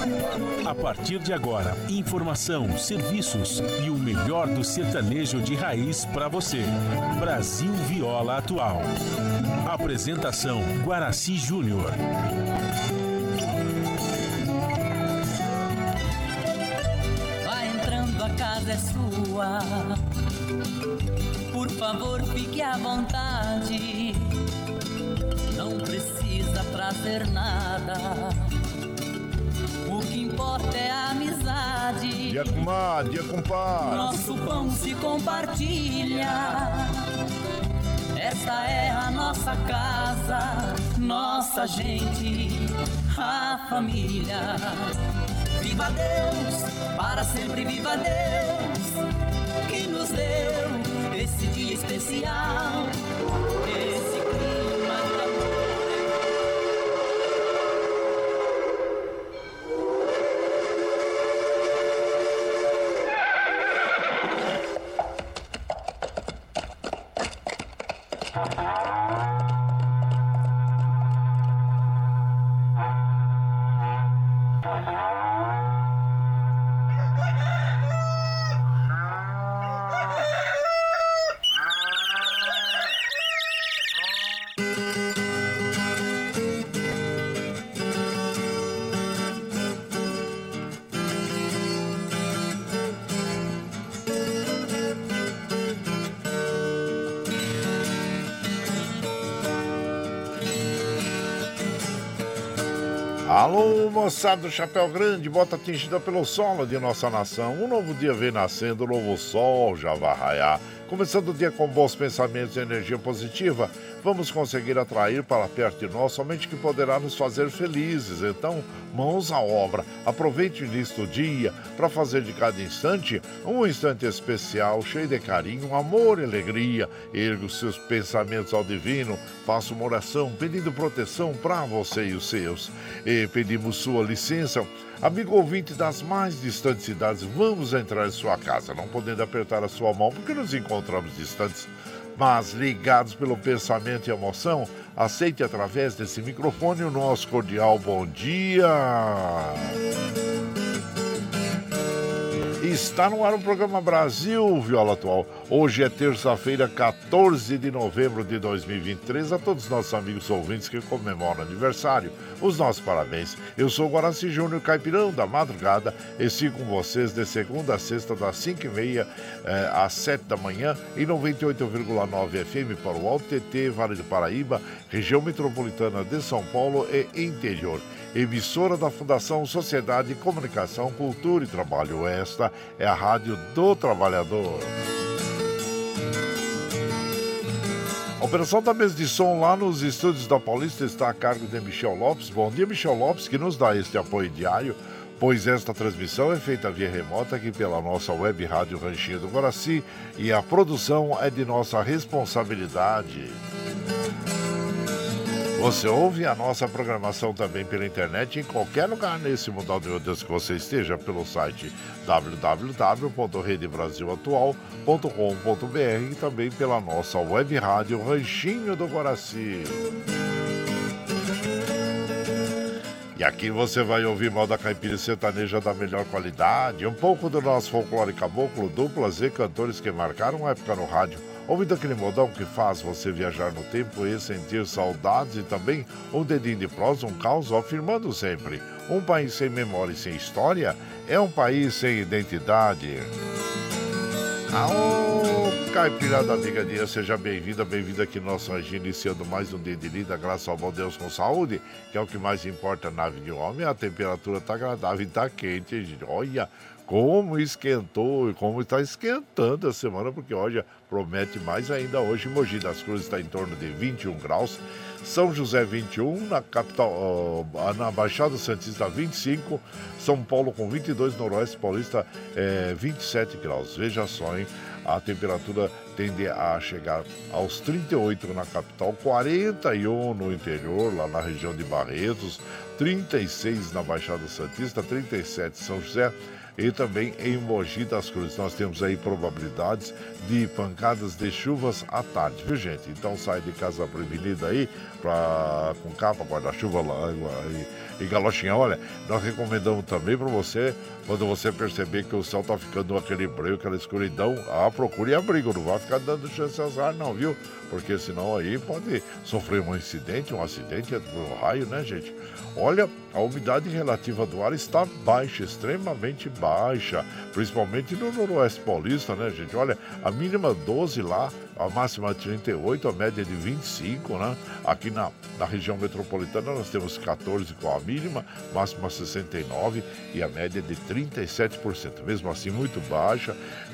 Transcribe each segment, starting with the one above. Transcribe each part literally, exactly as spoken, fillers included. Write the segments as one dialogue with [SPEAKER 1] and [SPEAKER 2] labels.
[SPEAKER 1] A partir de agora, informação, serviços e o melhor do sertanejo de raiz para você. Brasil Viola Atual. Apresentação Guaraci Júnior.
[SPEAKER 2] Vai entrando, a casa é sua. Por favor, fique à vontade. Não precisa trazer nada. O que importa é a amizade.
[SPEAKER 3] Dia comadre, dia compadre.
[SPEAKER 2] Nosso pão se compartilha. Esta é a nossa casa, nossa gente, a família. Viva Deus, para sempre viva Deus, que nos deu esse dia especial, esse clima de amor.
[SPEAKER 3] Alô, moçada do Chapéu Grande, bota atingida pelo solo de nossa nação. Um novo dia vem nascendo, um novo sol já vai raiar. Começando o dia com bons pensamentos e energia positiva, vamos conseguir atrair para perto de nós somente que poderá nos fazer felizes. Então, mãos à obra. Aproveite o início do dia para fazer de cada instante um instante especial, cheio de carinho, amor e alegria. Erga os seus pensamentos ao divino, faça uma oração pedindo proteção para você e os seus. E pedimos sua licença. Amigo ouvinte das mais distantes cidades, vamos entrar em sua casa, não podendo apertar a sua mão porque nos encontramos distantes, mas ligados pelo pensamento e emoção. Aceite através desse microfone o nosso cordial bom dia. Está no ar o programa Brasil Viola Atual. Hoje é terça-feira, quatorze de novembro de dois mil e vinte e três. A todos os nossos amigos ouvintes que comemoram aniversário, os nossos parabéns. Eu sou o Guaraci Júnior, caipirão da madrugada, e sigo com vocês de segunda a sexta, das cinco e meia eh, às sete da manhã, em noventa e oito vírgula nove F M para o Alto T T, Vale do Paraíba, região metropolitana de São Paulo e interior. Emissora da Fundação Sociedade, Comunicação, Cultura e Trabalho. Esta é a Rádio do Trabalhador. A operação da mesa de som lá nos estúdios da Paulista está a cargo de Michel Lopes. Bom dia, Michel Lopes, que nos dá este apoio diário, pois esta transmissão é feita via remota aqui pela nossa web rádio Ranchinho do Guaraci e a produção é de nossa responsabilidade. Você ouve a nossa programação também pela internet em qualquer lugar nesse mundão de meu Deus que você esteja, pelo site w w w ponto rede brasil atual ponto com ponto b r e também pela nossa web rádio Ranchinho do Guaraci. E aqui você vai ouvir moda caipira e sertaneja da melhor qualidade, um pouco do nosso folclore caboclo, duplas e cantores que marcaram época no rádio. Ouvindo aquele modão que faz você viajar no tempo e sentir saudades, e também um dedinho de prosa, um caos, afirmando sempre: um país sem memória e sem história é um país sem identidade. Aô, caipirada amiga dia, seja bem-vinda, bem-vinda aqui no nosso ranchinho, iniciando mais um dia de lida, graças ao bom Deus com saúde, que é o que mais importa na vida de um homem. A temperatura tá agradável e tá quente, hein, gente? Olha como esquentou e como está esquentando a semana, porque olha, promete mais ainda hoje. Mogi das Cruzes está em torno de vinte e um graus, São José vinte e um, na capital, uh, na Baixada Santista vinte e cinco, São Paulo com vinte e dois, Noroeste Paulista é, vinte e sete graus. Veja só, hein? A temperatura tende a chegar aos trinta e oito na capital, quarenta e um no interior, lá na região de Barretos, trinta e seis na Baixada Santista, trinta e sete em São José, e também em Mogi das Cruzes. Nós temos aí probabilidades de pancadas de chuvas à tarde, viu, gente? Então sai de casa prevenida aí, pra, com capa, guarda-chuva e, e galochinha. Olha, nós recomendamos também para você, quando você perceber que o céu tá ficando aquele breu, aquela escuridão, ah, procure abrigo, não vai ficar dando chance azar não, viu? Porque senão aí pode sofrer um incidente, um acidente, um raio, né, gente? Olha, a umidade relativa do ar está baixa, extremamente baixa, principalmente no noroeste paulista, né, gente? Olha, a mínima doze lá, a máxima trinta e oito, a média de vinte e cinco, né? Aqui na, na região metropolitana nós temos catorze com a mínima, máxima sessenta e nove e a média de trinta e sete por cento. Mesmo assim, muito baixa,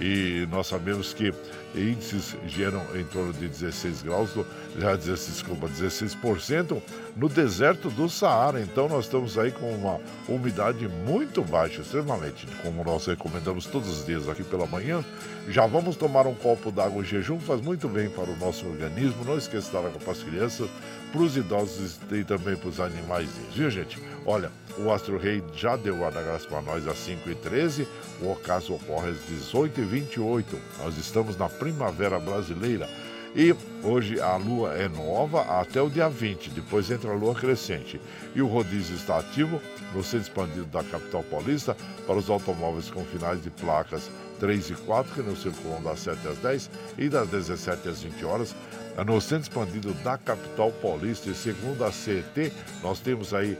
[SPEAKER 3] e nós sabemos que índices geram em torno de dezesseis graus, do, já desculpa, dezesseis por cento no deserto do Saara. Então nós estamos aí com uma umidade muito baixa, extremamente, como nós recomendamos todos os dias aqui pela manhã. Já vamos tomar um copo d'água em jejum, faz muito bem para o nosso organismo. Não esqueça de dar água para as crianças, para os idosos e também para os animais, viu, gente? Olha, o Astro Rei já deu guarda graça para nós às cinco e treze, o ocaso ocorre às dezoito e vinte e oito. Nós estamos na primavera brasileira. E hoje a lua é nova até o dia vinte, depois entra a lua crescente. E o rodízio está ativo no centro expandido da capital paulista para os automóveis com finais de placas três e quatro, que nos circulam das sete às dez e das dezessete às vinte horas. No centro expandido da capital paulista, e segundo a C E T, nós temos aí.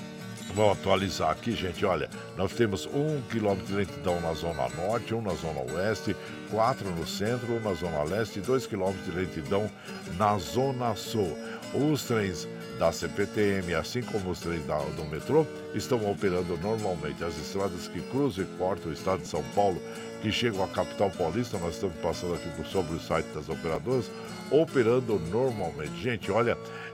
[SPEAKER 3] Vou atualizar aqui, gente, olha, nós temos um quilômetro de lentidão na zona norte, um na zona oeste, quatro no centro, um na zona leste e dois quilômetros de lentidão na zona sul. Os trens da C P T M, assim como os trens da, do metrô, estão operando normalmente. As estradas que cruzam e cortam o estado de São Paulo, que chegam à capital paulista, nós estamos passando aqui por sobre o site das operadoras, operando normalmente. Gente, olha,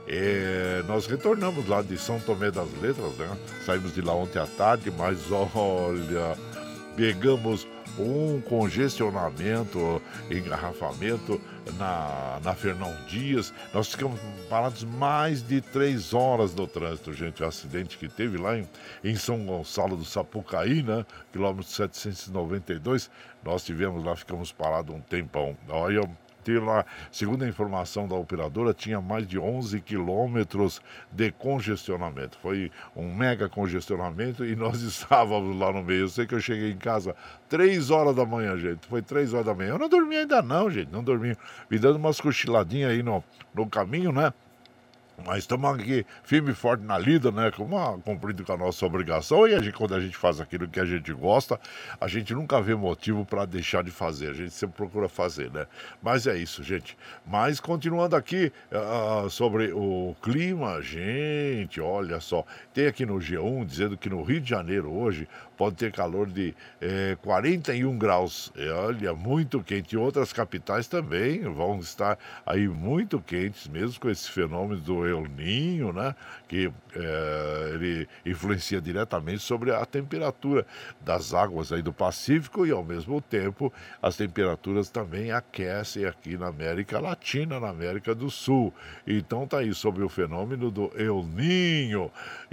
[SPEAKER 3] é, nós retornamos lá de São Tomé das Letras, né? Saímos de lá ontem à tarde, mas olha, pegamos um congestionamento, engarrafamento na, na Fernão Dias. Nós ficamos parados mais de três horas no trânsito, gente. O acidente que teve lá em, em São Gonçalo do Sapucaí, né? Quilômetro setecentos e noventa e dois. Nós tivemos lá, ficamos parados um tempão. Olha, lá, segundo a informação da operadora, tinha mais de onze quilômetros de congestionamento. Foi um mega congestionamento e nós estávamos lá no meio. Eu sei que eu cheguei em casa três horas da manhã, gente. Foi três horas da manhã. Eu não dormi ainda não, gente. Não dormi. Me dando umas cochiladinhas aí no, no caminho, né? Mas estamos aqui firme e forte na lida, né? Como cumprindo com a nossa obrigação. E a gente, quando a gente faz aquilo que a gente gosta, a gente nunca vê motivo para deixar de fazer. A gente sempre procura fazer, né? Mas é isso, gente. Mas continuando aqui uh, sobre o clima, gente, olha só. Tem aqui no G um dizendo que no Rio de Janeiro hoje pode ter calor de eh, quarenta e um graus. E, olha, muito quente. E outras capitais também vão estar aí muito quentes, mesmo com esse fenômeno do El Ninho, né? Que eh, ele influencia diretamente sobre a temperatura das águas aí do Pacífico e, ao mesmo tempo, as temperaturas também aquecem aqui na América Latina, na América do Sul. Então tá aí sobre o fenômeno do El Ninho.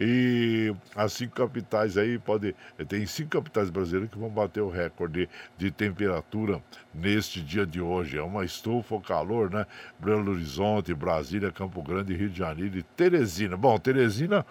[SPEAKER 3] E as cinco capitais aí pode tem cinco capitais brasileiras que vão bater o recorde de temperatura neste dia de hoje. É uma estufa, o calor, né? Belo Horizonte, Brasília, Campo Grande, Rio de Janeiro e Teresina. Bom, Teresina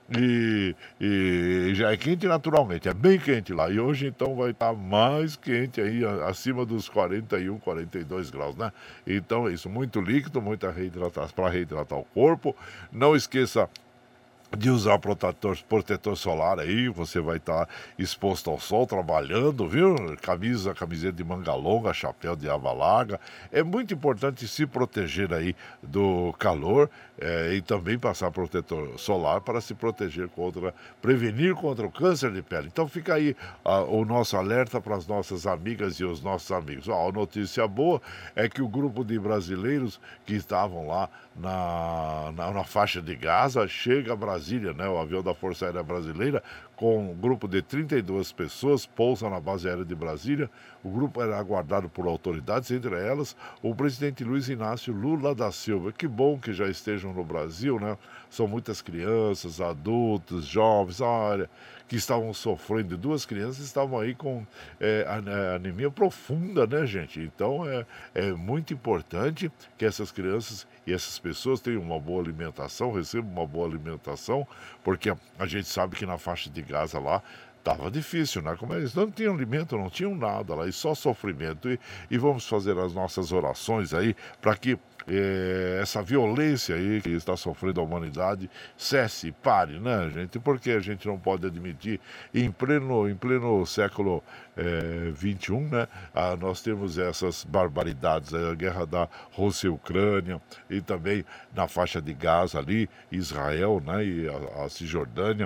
[SPEAKER 3] e, e já é quente naturalmente, é bem quente lá. E hoje então vai estar mais quente aí, acima dos quarenta e um, quarenta e dois graus, né? Então é isso, muito líquido, muita reidratação para reidratar o corpo. Não esqueça de usar protetor, protetor solar aí, você vai estar tá exposto ao sol, trabalhando, viu? Camisa, camiseta de manga longa, chapéu de aba larga. É muito importante se proteger aí do calor é, e também passar protetor solar para se proteger contra, prevenir contra o câncer de pele. Então fica aí ah, o nosso alerta para as nossas amigas e os nossos amigos. Ah, a notícia boa é que o grupo de brasileiros que estavam lá na, na, na faixa de Gaza chega a Brasília, né? O avião da Força Aérea Brasileira com um grupo de trinta e duas pessoas pousa na base aérea de Brasília. O grupo era aguardado por autoridades, entre elas o presidente Luiz Inácio Lula da Silva. Que bom que já estejam no Brasil, né? são muitas crianças, adultos, jovens, olha, que estavam sofrendo. Duas crianças estavam aí com é, anemia profunda, né, gente? Então é, é muito importante que essas crianças e essas pessoas tenham uma boa alimentação, recebam uma boa alimentação, porque a gente sabe que na faixa de Gaza lá estava difícil, né? Como eles não tinham alimento, não tinham nada lá, e só sofrimento. E, e vamos fazer as nossas orações aí para que eh, essa violência aí que está sofrendo a humanidade cesse, pare, né, gente? Porque a gente não pode admitir, em pleno, em pleno século eh, vinte e um, né? Ah, nós temos essas barbaridades, a guerra da Rússia e Ucrânia, e também na faixa de Gaza ali, Israel, né? E a, a Cisjordânia.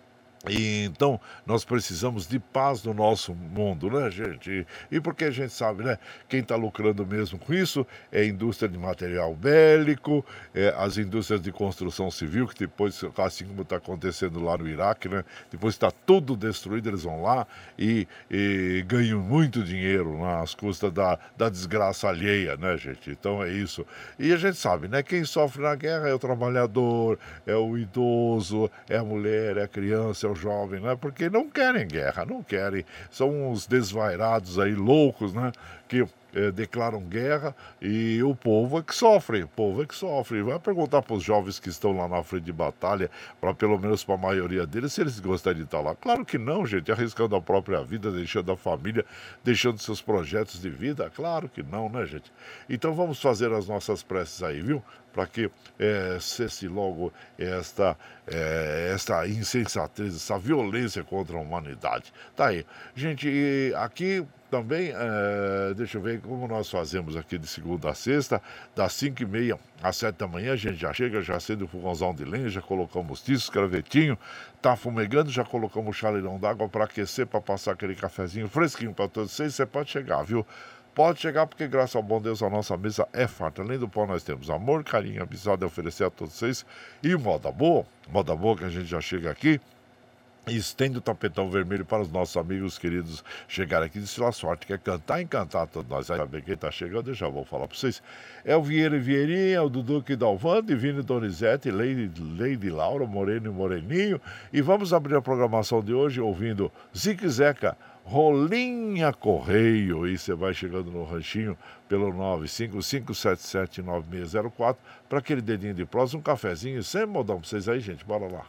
[SPEAKER 3] E, então, nós precisamos de paz no nosso mundo, né, gente? E, e porque a gente sabe, né? Quem está lucrando mesmo com isso é a indústria de material bélico, é, as indústrias de construção civil, que depois, assim como está acontecendo lá no Iraque, né? Depois está tudo destruído, eles vão lá e, e ganham muito dinheiro nas custas da, da desgraça alheia, né, gente? Então é isso. E a gente sabe, né? Quem sofre na guerra é o trabalhador, é o idoso, é a mulher, é a criança, é o jovem, né? Porque não querem guerra, não querem. São uns desvairados aí, loucos, né? Que eh, declaram guerra e o povo é que sofre, o povo é que sofre. Vai perguntar para os jovens que estão lá na frente de batalha, para pelo menos para a maioria deles, se eles gostariam de estar lá. Claro que não, gente, arriscando a própria vida, deixando a família, deixando seus projetos de vida. Claro que não, né, gente? Então vamos fazer as nossas preces aí, viu? Para que é, cesse logo esta, é, esta insensatez, essa violência contra a humanidade. Tá aí. Gente, e aqui também, é, deixa eu ver como nós fazemos aqui de segunda a sexta, das cinco e meia às sete da manhã, a gente já chega, já acende o fogãozão de lenha, já colocamos tiço, escravetinho, tá fumegando, já colocamos o chaleirão d'água para aquecer, para passar aquele cafezinho fresquinho para todos vocês. Você pode chegar, viu? Pode chegar, porque graças ao bom Deus a nossa mesa é farta. Além do pão nós temos amor, carinho, amizade a oferecer a todos vocês. E moda boa, moda boa que a gente já chega aqui e estende o tapetão vermelho para os nossos amigos queridos chegarem aqui. Se a sorte quer cantar, encantar todos nós. Aí saber quem está chegando, eu já vou falar para vocês. É o Vieira e Vieirinha, é o Dudu e Dalvan, Divino Donizete, Lady, Lady Laura, Moreno e Moreninho. E vamos abrir a programação de hoje ouvindo Zique Zeca, Rolinha Correio. E você vai chegando no ranchinho pelo nove cinco cinco sete sete nove seis zero quatro para aquele dedinho de prosa, um cafezinho, sem modão para vocês aí, gente. Bora lá.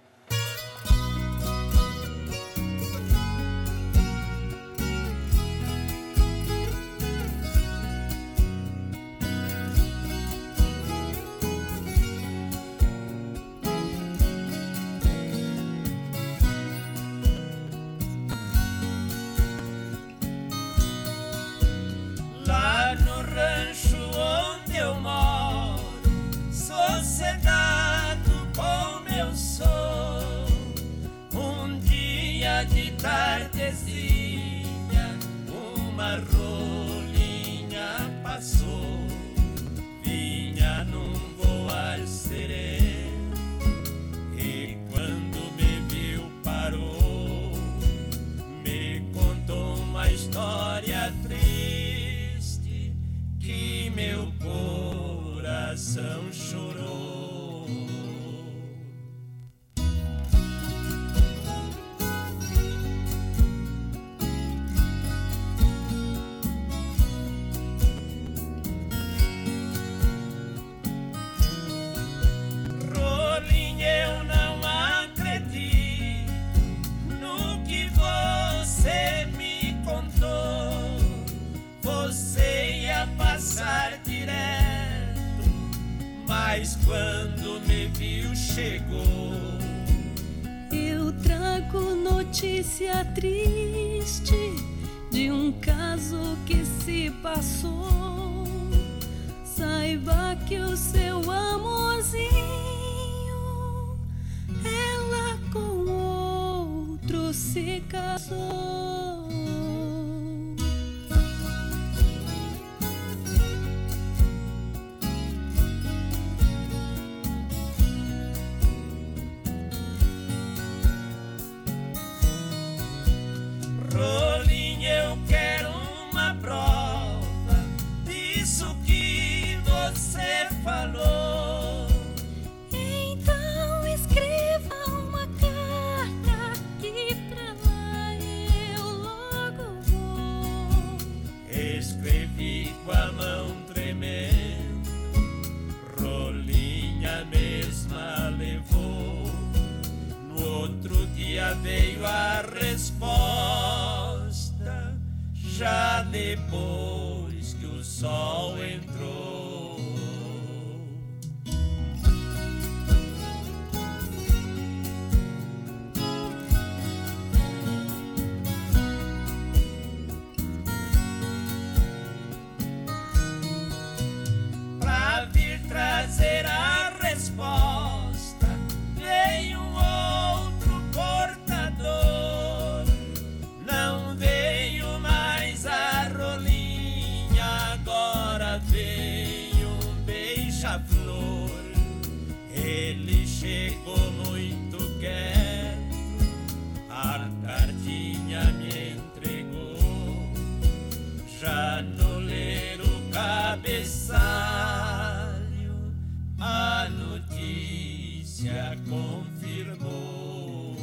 [SPEAKER 4] Tardezinha, uma rolinha passou, vinha num voar sereno, e quando me viu parou, me contou uma história triste, que meu coração chorou. Mas quando me viu chegou.
[SPEAKER 5] Eu trago notícia triste de um caso que se passou. Saiba que o seu amorzinho, ela com outro se casou.
[SPEAKER 4] Rolinha, eu quero uma prova disso que você falou.
[SPEAKER 5] Então
[SPEAKER 4] veio a resposta, já depois que o sol entrou. Pra vir trazer a resposta, veio um outro portador. Não veio mais a rolinha, agora veio um beija-flor. Ele chegou muito quieto, a cartinha me entregou. Já no ler o cabeçalho, a notícia confirmou.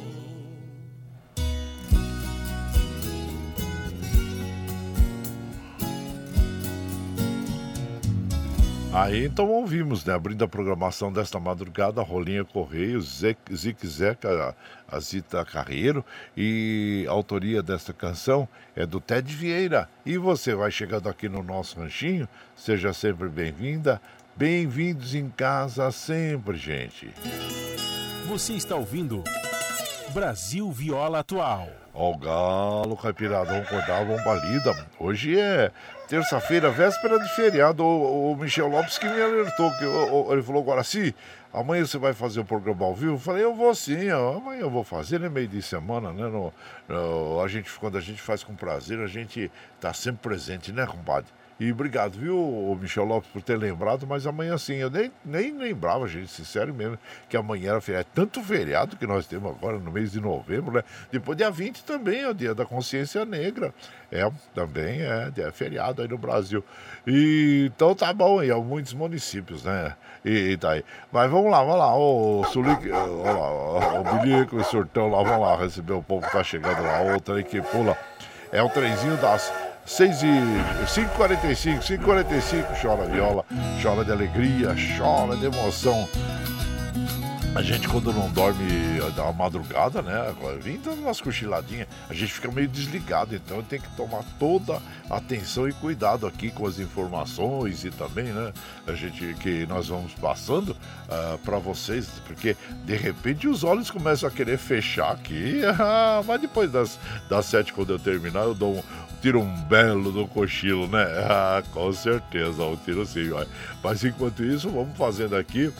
[SPEAKER 3] Aí então ouvimos, né? Abrindo a programação desta madrugada, Rolinha Correio, Zique Zeca, a Zita Carreiro, e a autoria desta canção é do Ted Vieira. E você vai chegando aqui no nosso ranchinho, seja sempre bem-vinda, bem-vindos em casa sempre, gente.
[SPEAKER 1] Você está ouvindo Brasil Viola Atual.
[SPEAKER 3] Ó o galo, caipirada, vamos acordar, vamos pra lida. Hoje é terça-feira, véspera de feriado. O, o Michel Lopes que me alertou, que o, o, ele falou, Guaraci, amanhã você vai fazer o programa ao vivo? Eu falei, eu vou sim, ó, amanhã eu vou fazer, é meio de semana, né? No, no, a gente, quando a gente faz com prazer, a gente tá sempre presente, né, compadre? E obrigado, viu, Michel Lopes, por ter lembrado, mas amanhã sim, eu nem, nem lembrava, gente, sincero mesmo, que amanhã era feriado. É tanto feriado que nós temos agora no mês de novembro, né? Depois, dia vinte também é o dia da consciência negra. É, também é, é feriado aí no Brasil. E, então tá bom, e há muitos municípios, né? E, e tá aí. Mas vamos lá, vamos lá, ô Sulique, ó lá, o Bilico e o Surtão lá, vamos lá receber o povo que tá chegando lá, outra aí que pula. É o trenzinho das seis e cinco e quarenta e cinco, cinco e quarenta e cinco, chora viola, chora de alegria, chora de emoção. A gente quando não dorme da madrugada, né, vindo dando umas cochiladinhas, a gente fica meio desligado, então tem que tomar toda atenção e cuidado aqui com as informações e também, né, a gente que nós vamos passando uh, para vocês, porque de repente os olhos começam a querer fechar aqui, mas depois das, das sete, quando eu terminar, eu dou um tiro um belo do cochilo, né? Ah, com certeza, um tiro sim, vai. Mas enquanto isso, vamos fazendo aqui,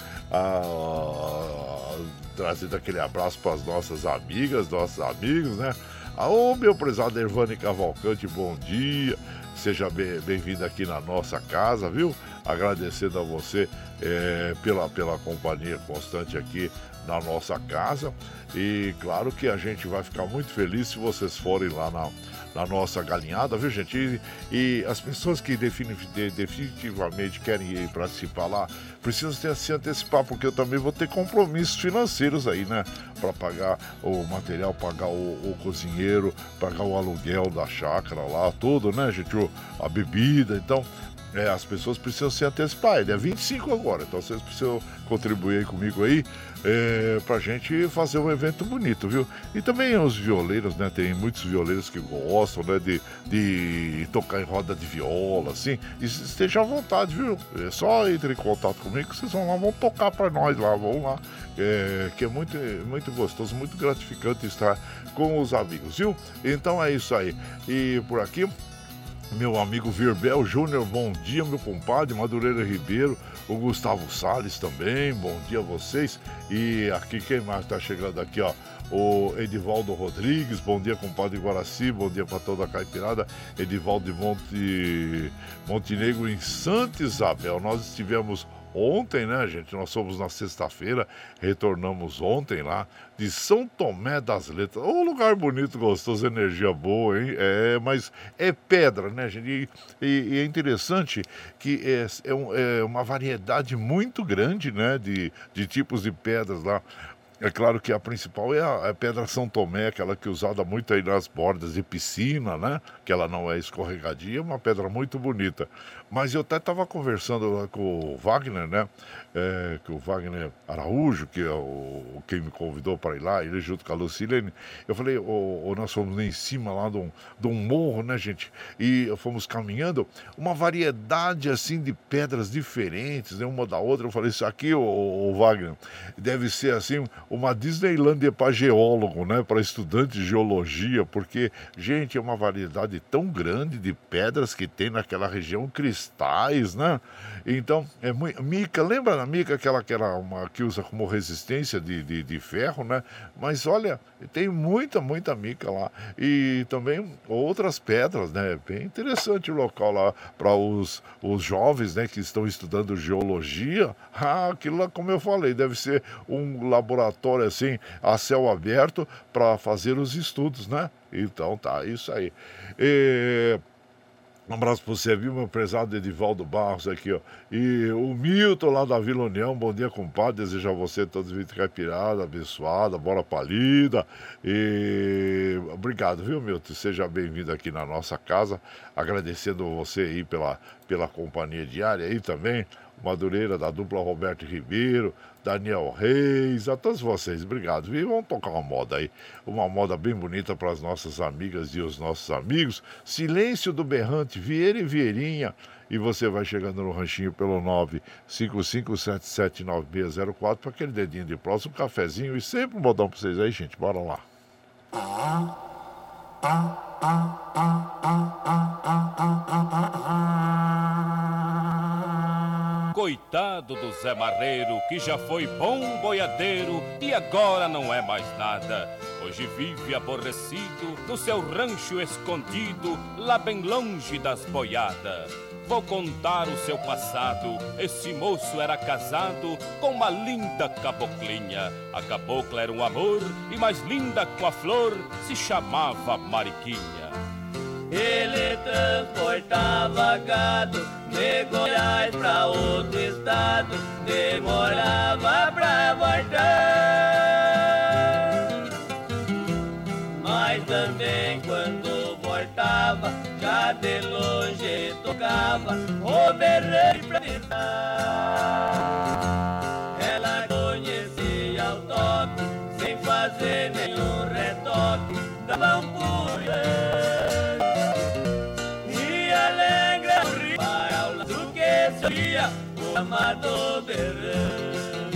[SPEAKER 3] ah, trazendo aquele abraço para as nossas amigas, nossos amigos, né? Ah, ô meu prezado Ervani Cavalcante, bom dia. Seja bem-vindo aqui na nossa casa, viu? Agradecendo a você é, pela, pela companhia constante aqui na nossa casa. E claro que a gente vai ficar muito feliz se vocês forem lá na, na nossa galinhada, viu, gente? E, e as pessoas que definitivamente querem ir participar lá, precisam ter, se antecipar, porque eu também vou ter compromissos financeiros aí, né? Para pagar o material, pagar o, o cozinheiro, pagar o aluguel da chácara lá, tudo, né, gente? O, a bebida, então... É, as pessoas precisam se antecipar, ele é vinte e cinco agora, então vocês precisam contribuir aí comigo aí é, pra gente fazer um evento bonito, viu? E também os violeiros, né? Tem muitos violeiros que gostam, né? De, de tocar em roda de viola, assim. E esteja à vontade, viu? É só entre em contato comigo que vocês vão lá, vão tocar pra nós lá, vão lá. É, que é muito, muito gostoso, muito gratificante estar com os amigos, viu? Então é isso aí. E por aqui... Meu amigo Virbel Júnior, bom dia, meu compadre, Madureira Ribeiro, o Gustavo Salles também, bom dia a vocês. E aqui quem mais está chegando aqui, ó, o Edivaldo Rodrigues, bom dia, compadre Guaraci, bom dia para toda a caipirada. Edivaldo de Monte, Montenegro em Santa Isabel, nós estivemos ontem, né, gente? Nós fomos na sexta-feira, retornamos ontem lá de São Tomé das Letras. Um lugar bonito, gostoso, energia boa, hein? É, mas é pedra, né, gente? E, e, e é interessante que é, é, um, é uma variedade muito grande, né, de, de tipos de pedras lá. É claro que a principal é a, a pedra São Tomé, aquela que é usada muito aí nas bordas de piscina, né? Que ela não é escorregadia, é uma pedra muito bonita. Mas eu até estava conversando lá com o Wagner, né? É, que o Wagner Araújo, que é o, quem me convidou para ir lá, ele junto com a Lucilene. Eu falei, oh, oh, nós fomos em cima lá de um, de um morro, né, gente? E fomos caminhando, uma variedade assim de pedras diferentes, né, uma da outra. Eu falei, isso aqui, ô oh, oh, Wagner, deve ser assim uma Disneylândia para geólogo, né? Para estudante de geologia, porque, gente, é uma variedade tão grande de pedras que tem naquela região, cristais, né? Então, é muito. Mica, lembra da mica, aquela que, era uma, que usa como resistência de, de, de ferro, né? Mas olha, tem muita, muita mica lá. E também outras pedras, né? Bem interessante o local lá para os, os jovens, né, que estão estudando geologia. Ah, aquilo lá, como eu falei, deve ser um laboratório assim, a céu aberto, para fazer os estudos, né? Então tá, isso aí. E... Um abraço para você, viu, meu prezado Edivaldo Barros aqui, ó. E o Milton lá da Vila União, bom dia, compadre. Desejo a você todos vida caipirada, abençoada, bora palida. E obrigado, viu, Milton? Seja bem-vindo aqui na nossa casa. Agradecendo você aí pela, pela companhia diária aí também. Madureira da dupla Roberto Ribeiro, Daniel Reis, a todos vocês, obrigado, viu? Vamos tocar uma moda aí, uma moda bem bonita para as nossas amigas e os nossos amigos. Silêncio do Berrante, Vieira e Vieirinha. E você vai chegando no ranchinho pelo nove cinco cinco sete sete nove seis zero quatro para aquele dedinho de próximo, um cafezinho e sempre um modão para vocês aí, gente. Bora lá.
[SPEAKER 6] Coitado do Zé Marreiro, que já foi bom boiadeiro e agora não é mais nada. Hoje vive aborrecido no seu rancho escondido, lá bem longe das boiadas. Vou contar o seu passado. Esse moço era casado com uma linda caboclinha. A cabocla era um amor e mais linda com a flor, se chamava Mariquinha.
[SPEAKER 4] Ele transportava gado de Goiás pra outro estado, demorava pra voltar. Mas também quando voltava, já de longe tocava o berreiro pra avisar. Ela conhecia o toque, sem fazer nenhum retoque, dava um pulo o amado berrão.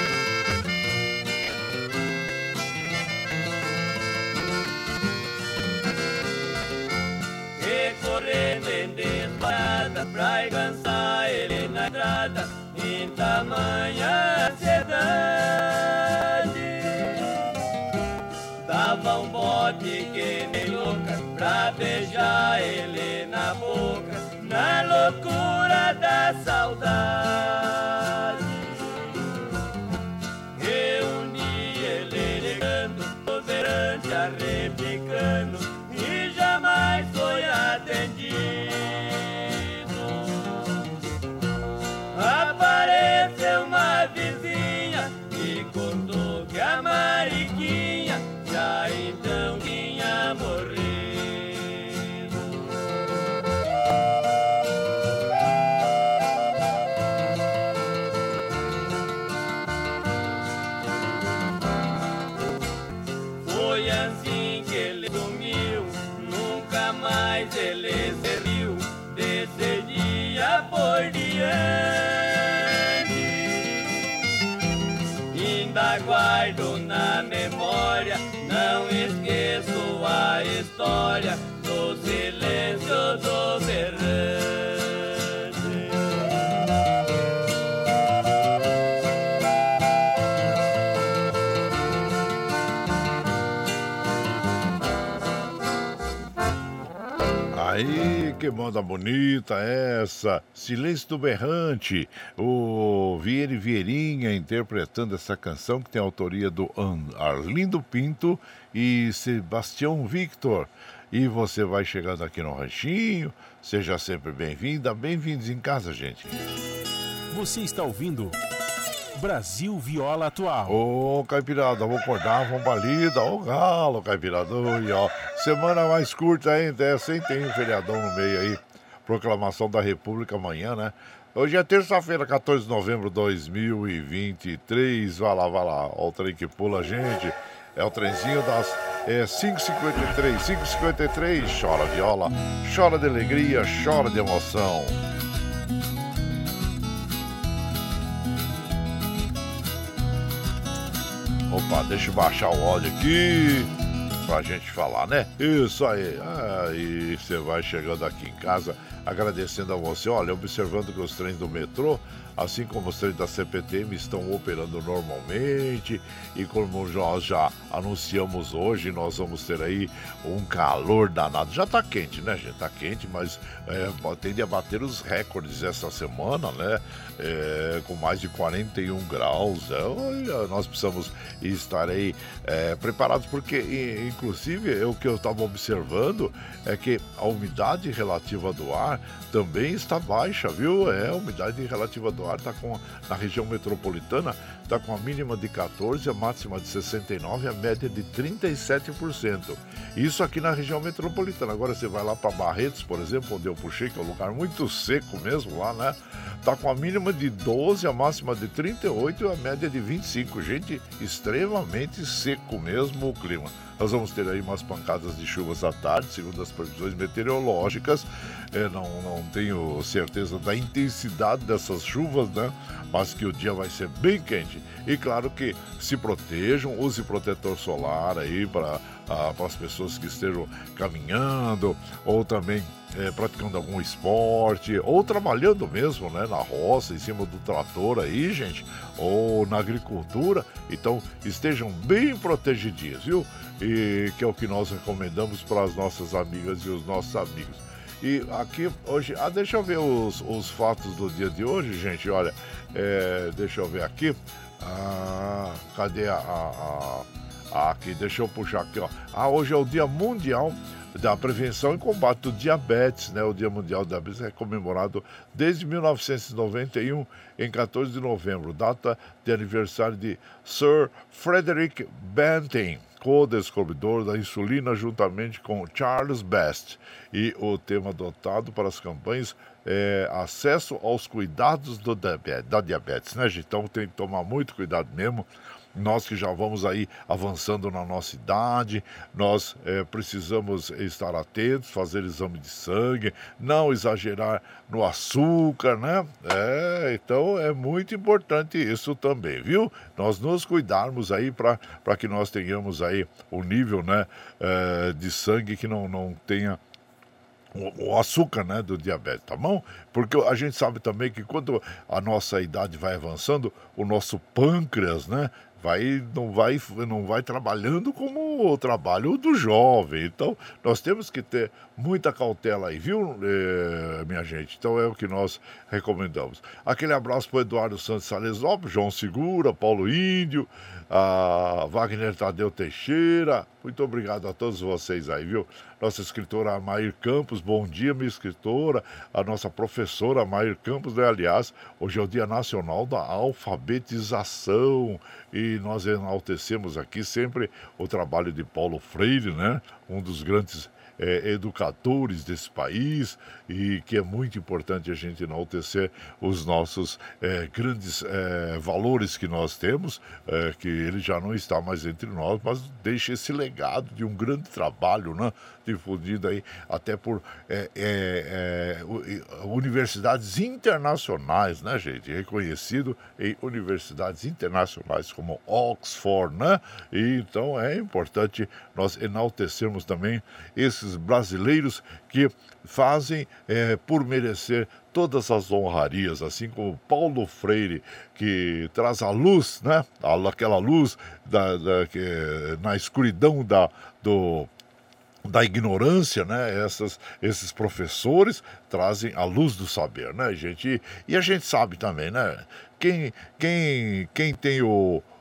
[SPEAKER 4] E correndo em disparada pra alcançar ele na estrada, em tamanha ansiedade. Dava um bote que nem louca pra beijar ele na boca, na loucura da saudade. E um dia ele ligando, tolerante, arrepicando, e jamais foi atendido. Apareceu uma vizinha e contou que a Mariquinha já então tinha morrido. Ele serviu desse dia por diante. Ainda guardo na memória, não esqueço a história do silêncio do berrante.
[SPEAKER 3] Aí, que moda bonita essa! Silêncio do Berrante, o Vieira e Vieirinha interpretando essa canção que tem a autoria do Arlindo Pinto e Sebastião Victor. E você vai chegando aqui no ranchinho, seja sempre bem-vinda, bem-vindos em casa, gente.
[SPEAKER 1] Você está ouvindo Brasil Viola Atual.
[SPEAKER 3] Ô, Caipirada, vamos acordar, vamos balida, ô galo, Caipirada, e ó, semana mais curta ainda, essa, hein? Tem um feriadão no meio aí. proclamação da República amanhã, né? Hoje é terça-feira, quatorze de novembro de dois mil e vinte e três. Vai lá, vai lá. Olha o trem que pula, gente. É o trenzinho das é, cinco e cinquenta e três. cinco e cinquenta e três. Chora viola, chora de alegria, chora de emoção. Opa, deixa eu baixar o áudio aqui pra gente falar, né? Isso aí. Aí você vai chegando aqui em casa agradecendo a você, olha, observando que os trens do metrô, assim como os trens da C P T M, estão operando normalmente e como nós já anunciamos hoje, nós vamos ter aí um calor danado. Já tá quente, né, gente? Tá quente, mas é, tende a bater os recordes essa semana, né? É, com mais de quarenta e um graus. É, olha, nós precisamos estar aí é, preparados, porque, inclusive, o que eu estava observando é que a umidade relativa do ar também está baixa, viu? É, a umidade relativa do ar está com, na região metropolitana, está com a mínima de quatorze, a máxima de sessenta e nove, a média de trinta e sete por cento. Isso aqui na região metropolitana. Agora você vai lá para Barretos, por exemplo, onde eu puxei, que é um lugar muito seco mesmo lá, né? Está com a mínima de doze, a máxima de trinta e oito e a média de vinte e cinco. Gente, extremamente seco mesmo o clima. Nós vamos ter aí umas pancadas de chuvas à tarde, segundo as previsões meteorológicas. É, não, não tenho certeza da intensidade dessas chuvas, né? Mas que o dia vai ser bem quente. E claro que se protejam, use protetor solar aí para ah, as pessoas que estejam caminhando ou também é, praticando algum esporte ou trabalhando mesmo, né, na roça, em cima do trator aí, gente, ou na agricultura. Então estejam bem protegidinhos, viu? E que é o que nós recomendamos para as nossas amigas e os nossos amigos. E aqui hoje, ah, deixa eu ver os, os fatos do dia de hoje, gente. Olha, é, deixa eu ver aqui. Ah, cadê a, a, a. Aqui, deixa eu puxar aqui, ó. Ah, hoje é o Dia Mundial da Prevenção e Combate do Diabetes, né? O Dia Mundial do Diabetes é comemorado desde mil novecentos e noventa e um, em quatorze de novembro, data de aniversário de Sir Frederick Banting, co-descobridor da insulina, juntamente com Charles Best. E o tema adotado para as campanhas é acesso aos cuidados do diabetes, da diabetes, né, gente? Então tem que tomar muito cuidado mesmo. Nós que já vamos aí avançando na nossa idade, nós é, precisamos estar atentos, fazer exame de sangue, não exagerar no açúcar, né? É, então é muito importante isso também, viu? Nós nos cuidarmos aí para que nós tenhamos aí o nível, né, é, de sangue que não, não tenha o, o açúcar, né, do diabetes, tá bom? Porque a gente sabe também que quando a nossa idade vai avançando, o nosso pâncreas, né, Vai, não, vai, não vai trabalhando como o trabalho do jovem. Então, nós temos que ter muita cautela aí, viu, é, minha gente? Então, é o que nós recomendamos. Aquele abraço para o Eduardo Santos Salesópolis, João Segura, Paulo Índio, a Wagner Tadeu Teixeira. Muito obrigado a todos vocês aí, viu? Nossa escritora Amair Campos, bom dia, minha escritora. A nossa professora Amair Campos, né? Aliás, hoje é o Dia Nacional da Alfabetização e nós enaltecemos aqui sempre o trabalho de Paulo Freire, né? Um dos grandes É, educadores desse país, e que é muito importante a gente enaltecer os nossos é, grandes é, valores que nós temos, é, que ele já não está mais entre nós, mas deixa esse legado de um grande trabalho, né, difundido aí até por é, é, é, universidades internacionais, né, gente, reconhecido em universidades internacionais como Oxford, né, e então é importante nós enaltecermos também esses brasileiros que fazem é, por merecer todas as honrarias, assim como Paulo Freire, que traz a luz, né? Aquela luz da, da, que, na escuridão da, do, da ignorância, né? Essas, esses professores trazem a luz do saber, né, gente? E, e a gente sabe também, né? Quem, quem, quem tem o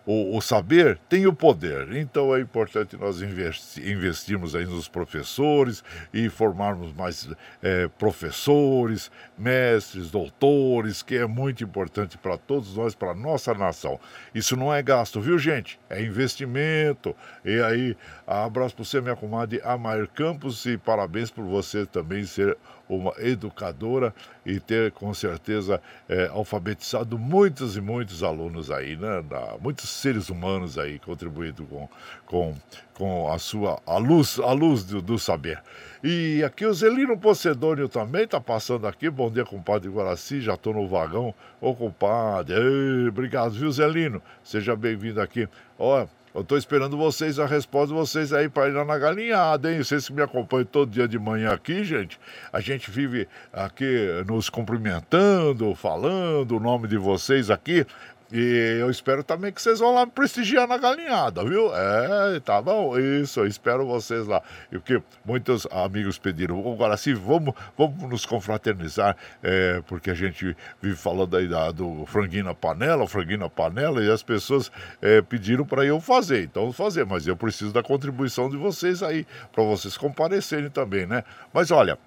[SPEAKER 3] o, o saber tem o poder. Então é importante nós investi- investirmos aí nos professores e formarmos mais é, professores, mestres, doutores, que é muito importante para todos nós, para a nossa nação. Isso não é gasto, viu, gente? É investimento. E aí, abraço para você, minha comadre Amair Campos, e parabéns por você também ser uma educadora e ter, com certeza, é, alfabetizado muitos e muitos alunos aí, né? Da, muitos seres humanos aí, contribuído com, com, com a sua a luz, a luz do, do saber. E aqui o Zelino Pocedônio também está passando aqui. Bom dia, compadre Guaraci, já estou no vagão. Ô, compadre, ei, obrigado, viu, Zelino? Seja bem-vindo aqui. Ó, eu estou esperando vocês, a resposta de vocês aí para ir lá na galinhada, hein? Vocês que me acompanham todo dia de manhã aqui, gente. A gente vive aqui nos cumprimentando, falando o nome de vocês aqui. E eu espero também que vocês vão lá me prestigiar na galinhada, viu? É, tá bom, isso, eu espero vocês lá. E porque muitos amigos pediram, agora sim, vamos, vamos nos confraternizar, é, porque a gente vive falando aí da, do franguinho na panela, o franguinho na panela, e as pessoas é, pediram para eu fazer, então eu vou fazer, mas eu preciso da contribuição de vocês aí, para vocês comparecerem também, né? Mas olha,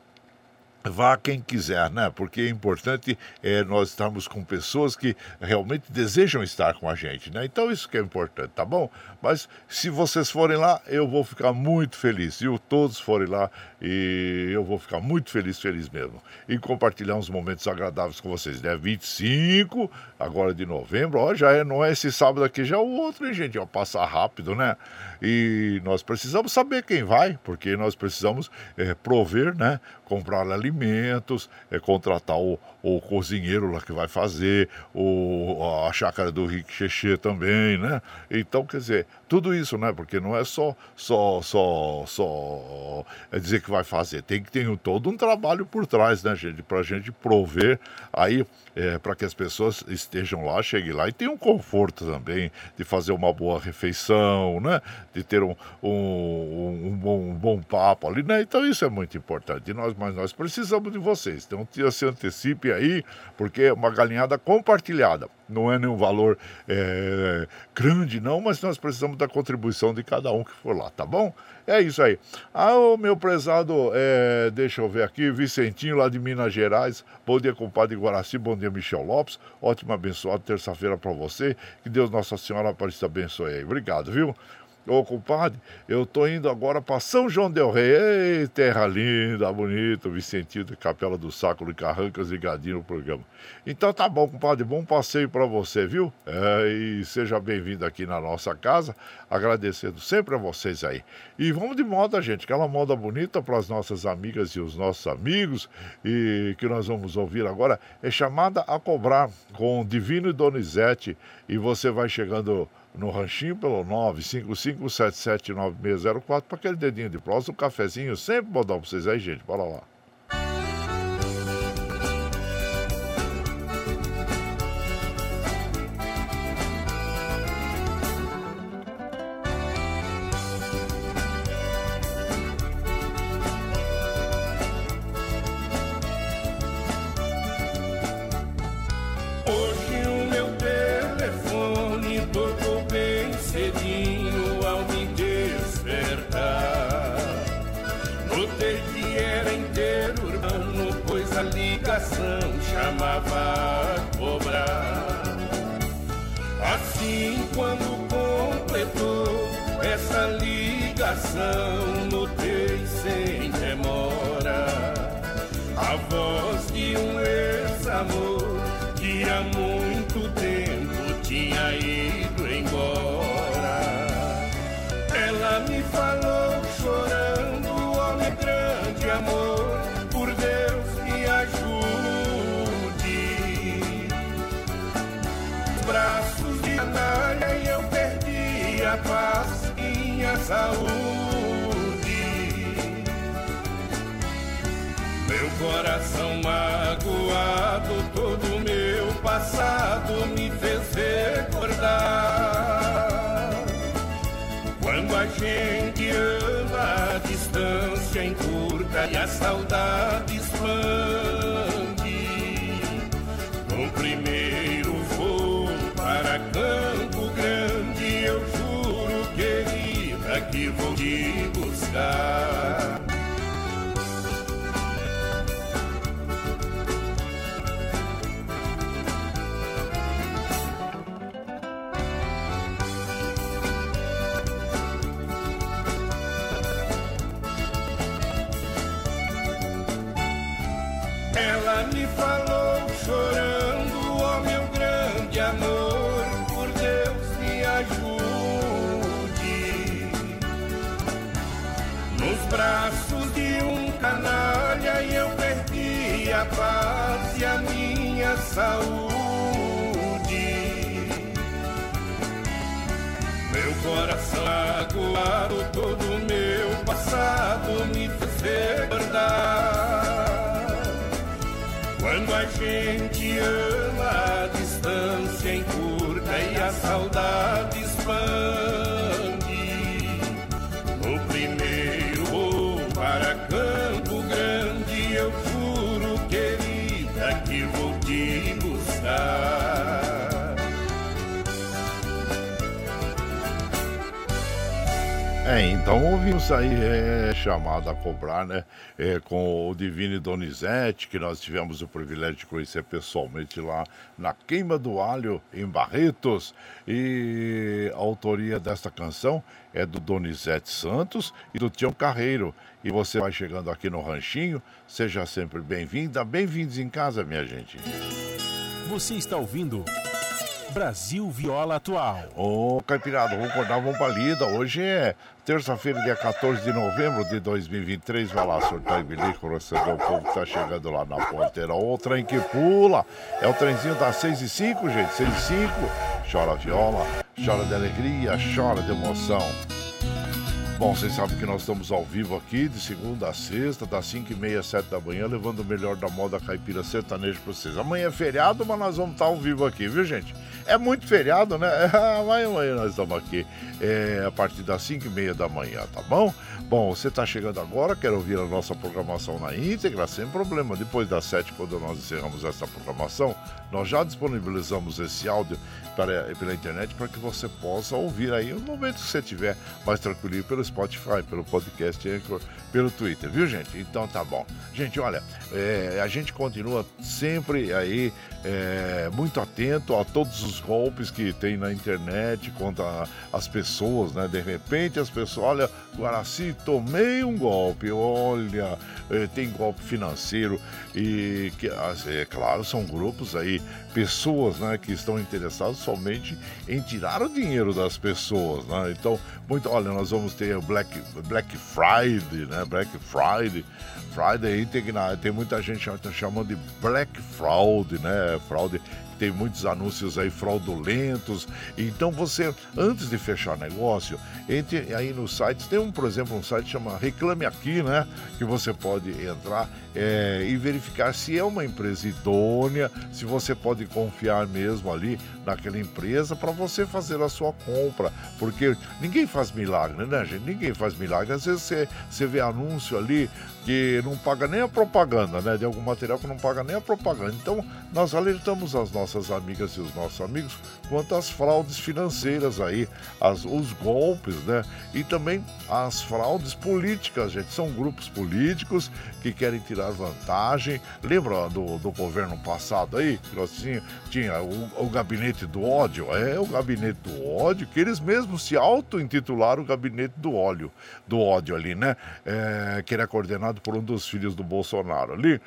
[SPEAKER 3] vá quem quiser, né? Porque é importante é, nós estarmos com pessoas que realmente desejam estar com a gente, né? Então isso que é importante, tá bom? Mas se vocês forem lá, eu vou ficar muito feliz. Se todos forem lá, e eu vou ficar muito feliz, feliz mesmo. E compartilhar uns momentos agradáveis com vocês, né? vinte e cinco, agora de novembro, ó, já é, não é esse sábado aqui, já é o outro, hein, gente? Ó, passar rápido, né? E nós precisamos saber quem vai, porque nós precisamos é, prover, né? Comprar alimentos, é, contratar o, o cozinheiro lá que vai fazer, o, a chácara do Rick Xexê também, né? Então, quer dizer, tudo isso, né? Porque não é só, só, só, só é dizer que vai fazer, tem que ter um, todo um trabalho por trás, né, gente? Pra gente prover aí, é, para que as pessoas estejam lá, cheguem lá e tenham conforto também de fazer uma boa refeição, né? De ter um, um, um, bom, um bom papo ali, né? Então isso é muito importante. E nós, mas nós precisamos de vocês. Então se antecipe aí, porque é uma galinhada compartilhada. Não é nenhum valor é, grande, não, mas nós precisamos da contribuição de cada um que for lá, tá bom? É isso aí. Ah, o meu prezado, é, deixa eu ver aqui, Vicentinho lá de Minas Gerais. Bom dia, compadre Guaraci, bom dia, Michel Lopes. Ótima, abençoada terça-feira para você. Que Deus Nossa Senhora Aparecida abençoe aí. Obrigado, viu? Ô, compadre, eu tô indo agora para São João del Rei. Ei, terra linda, bonita, Vicentinho de Capela do Saco de Carrancas, ligadinho no programa. Então tá bom, compadre, bom passeio para você, viu? É, e seja bem-vindo aqui na nossa casa, agradecendo sempre a vocês aí. E vamos de moda, gente, aquela moda bonita para as nossas amigas e os nossos amigos, e que nós vamos ouvir agora é Chamada a Cobrar, com Divino e Donizete, e você vai chegando no ranchinho pelo nove cinco cinco sete sete nove seis zero quatro para aquele dedinho de prosa, um cafezinho, sempre bom dar para vocês aí, gente, bora lá.
[SPEAKER 7] Chamava a cobrar. Assim, quando completou essa ligação, notei sem demora a voz de um ex-amor que há muito tempo tinha ido embora. Ela me falou chorando, ó meu grande amor, por Deus me ajude. Braços de canalha e eu perdi a paz e minha saúde. Meu coração magoado, todo o meu passado me fez recordar. Quando a gente ama, a distância encurta e a saudade expande. No primeiro voo para Campo Grande, buscar. Ela me falou chorando, ó meu grande amor, por Deus me ajude. Nos braços de um canalha eu perdi a paz e a minha saúde. Meu coração magoado, todo meu passado me fez recordar. Quando a gente ama, a distância encurta e a saudade expande. No primeiro voo para Campo Grande, eu juro, querida, que vou te buscar.
[SPEAKER 3] É, então ouvimos aí é, chamada a cobrar, né? É, com o Divino Donizete, que nós tivemos o privilégio de conhecer pessoalmente lá na Queima do Alho, em Barretos. E a autoria desta canção é do Donizete Santos e do Tião Carreiro. E você vai chegando aqui no Ranchinho, seja sempre bem-vinda, bem-vindos em casa, minha gente.
[SPEAKER 1] Você está ouvindo Brasil Viola Atual.
[SPEAKER 3] Ô, Caipirada, vamos acordar, vamos pra lida. Hoje é terça-feira, dia quatorze de novembro de dois mil e vinte e três. Vai lá, surtar e bilico, receber o povo que tá chegando lá na ponteira. O trem que pula. É o trenzinho das seis e cinco, gente. seis e cinco. Chora viola, chora de alegria, chora de emoção. Bom, vocês sabem que nós estamos ao vivo aqui, de segunda a sexta, das cinco e meia às sete da manhã, levando o melhor da moda caipira sertaneja para vocês. Amanhã é feriado, mas nós vamos estar ao vivo aqui, viu, gente? É muito feriado, né? Mas amanhã nós estamos aqui é, a partir das cinco e meia da manhã, tá bom? Bom, você está chegando agora, quer ouvir a nossa programação na íntegra, sem problema. Depois das sete, quando nós encerramos essa programação, nós já disponibilizamos esse áudio para, pela internet para que você possa ouvir aí no momento que você estiver mais tranquilo pelo Spotify, pelo podcast, pelo Twitter, viu, gente? Então tá bom. Gente, olha, é, a gente continua sempre aí é, muito atento a todos os golpes que tem na internet contra as pessoas, né? De repente as pessoas, olha, Guaraci, tomei um golpe, olha, é, tem golpe financeiro e, que, é claro, são grupos aí, pessoas, né, que estão interessadas somente em tirar o dinheiro das pessoas, né? Então, muito, olha, nós vamos ter o Black, Black Friday, né? Black Friday, Friday aí tem, tem muita gente chamando de Black Fraud, né? Fraude. Tem muitos anúncios aí fraudulentos. Então você, antes de fechar negócio, entre aí nos sites. Tem um, por exemplo, um site que chama Reclame Aqui, né? Que você pode entrar é, e verificar se é uma empresa idônea, se você pode confiar mesmo ali naquela empresa para você fazer a sua compra. Porque ninguém faz milagre, né, gente? Ninguém faz milagre. Às vezes você, você vê anúncio ali que não paga nem a propaganda, né? De algum material que não paga nem a propaganda. Então, nós alertamos as nossas amigas e os nossos amigos quanto às fraudes financeiras aí, as, os golpes, né? E também as fraudes políticas, gente. São grupos políticos que querem tirar vantagem. Lembra do, do governo passado aí? Que nós tinha, tinha o, o gabinete do ódio? É, o gabinete do ódio, que eles mesmos se auto-intitularam o gabinete do ódio, do ódio ali, né? É, que era coordenado por um dos filhos do Bolsonaro ali.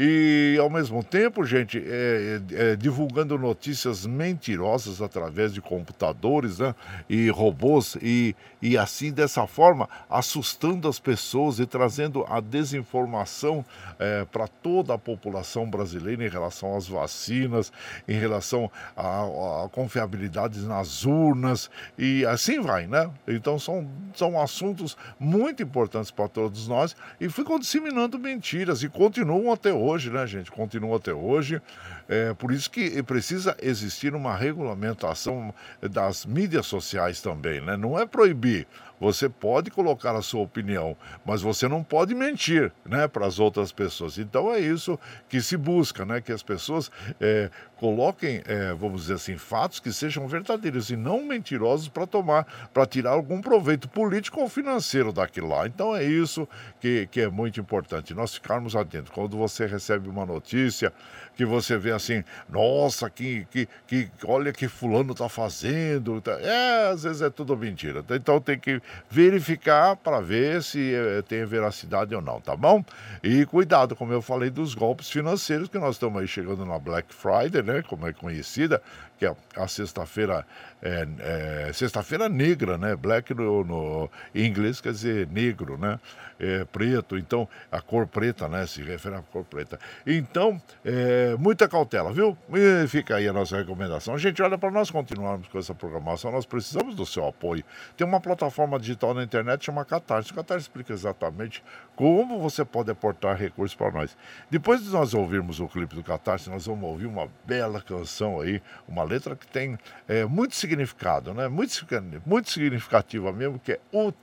[SPEAKER 3] E, ao mesmo tempo, gente, é, é, divulgando notícias mentirosas através de computadores, né? E robôs, e, e assim, dessa forma, assustando as pessoas e trazendo a desinformação é, para toda a população brasileira em relação às vacinas, em relação a, a confiabilidade nas urnas, e assim vai, né? Então, são, são assuntos muito importantes para todos nós e ficam disseminando mentiras e continuam até hoje, né, gente? Continuam até hoje. É, por isso que precisa existir uma regulamentação das mídias sociais também, né? Não é proibir, Você pode colocar a sua opinião, mas você não pode mentir, né, para as outras pessoas. Então é isso que se busca, né, que as pessoas é, coloquem, é, vamos dizer assim, fatos que sejam verdadeiros e não mentirosos para tomar, para tirar algum proveito político ou financeiro daquilo lá. Então é isso que, que é muito importante, nós ficarmos atentos. Quando você recebe uma notícia que você vê assim, nossa, que, que, que olha que fulano está fazendo, tá, é, às vezes é tudo mentira. Então tem que verificar para ver se é, tem veracidade ou não, tá bom? E cuidado, como eu falei, dos golpes financeiros, que nós estamos aí chegando na Black Friday, né, como é conhecida, que é a sexta-feira, é, é, sexta-feira negra, né, black no, no em inglês quer dizer negro, né, é, preto, então a cor preta, né, se refere à cor preta. Então, é, muita cautela, viu? E fica aí a nossa recomendação. Gente, olha, para nós continuarmos com essa programação, nós precisamos do seu apoio. Tem uma plataforma digital na internet chamada Catarse. O Catarse explica exatamente como você pode aportar recursos para nós. Depois de nós ouvirmos o clipe do Catarse, nós vamos ouvir uma bela canção aí, uma letra que tem é, muito significado, né? Muito, muito significativa mesmo, que é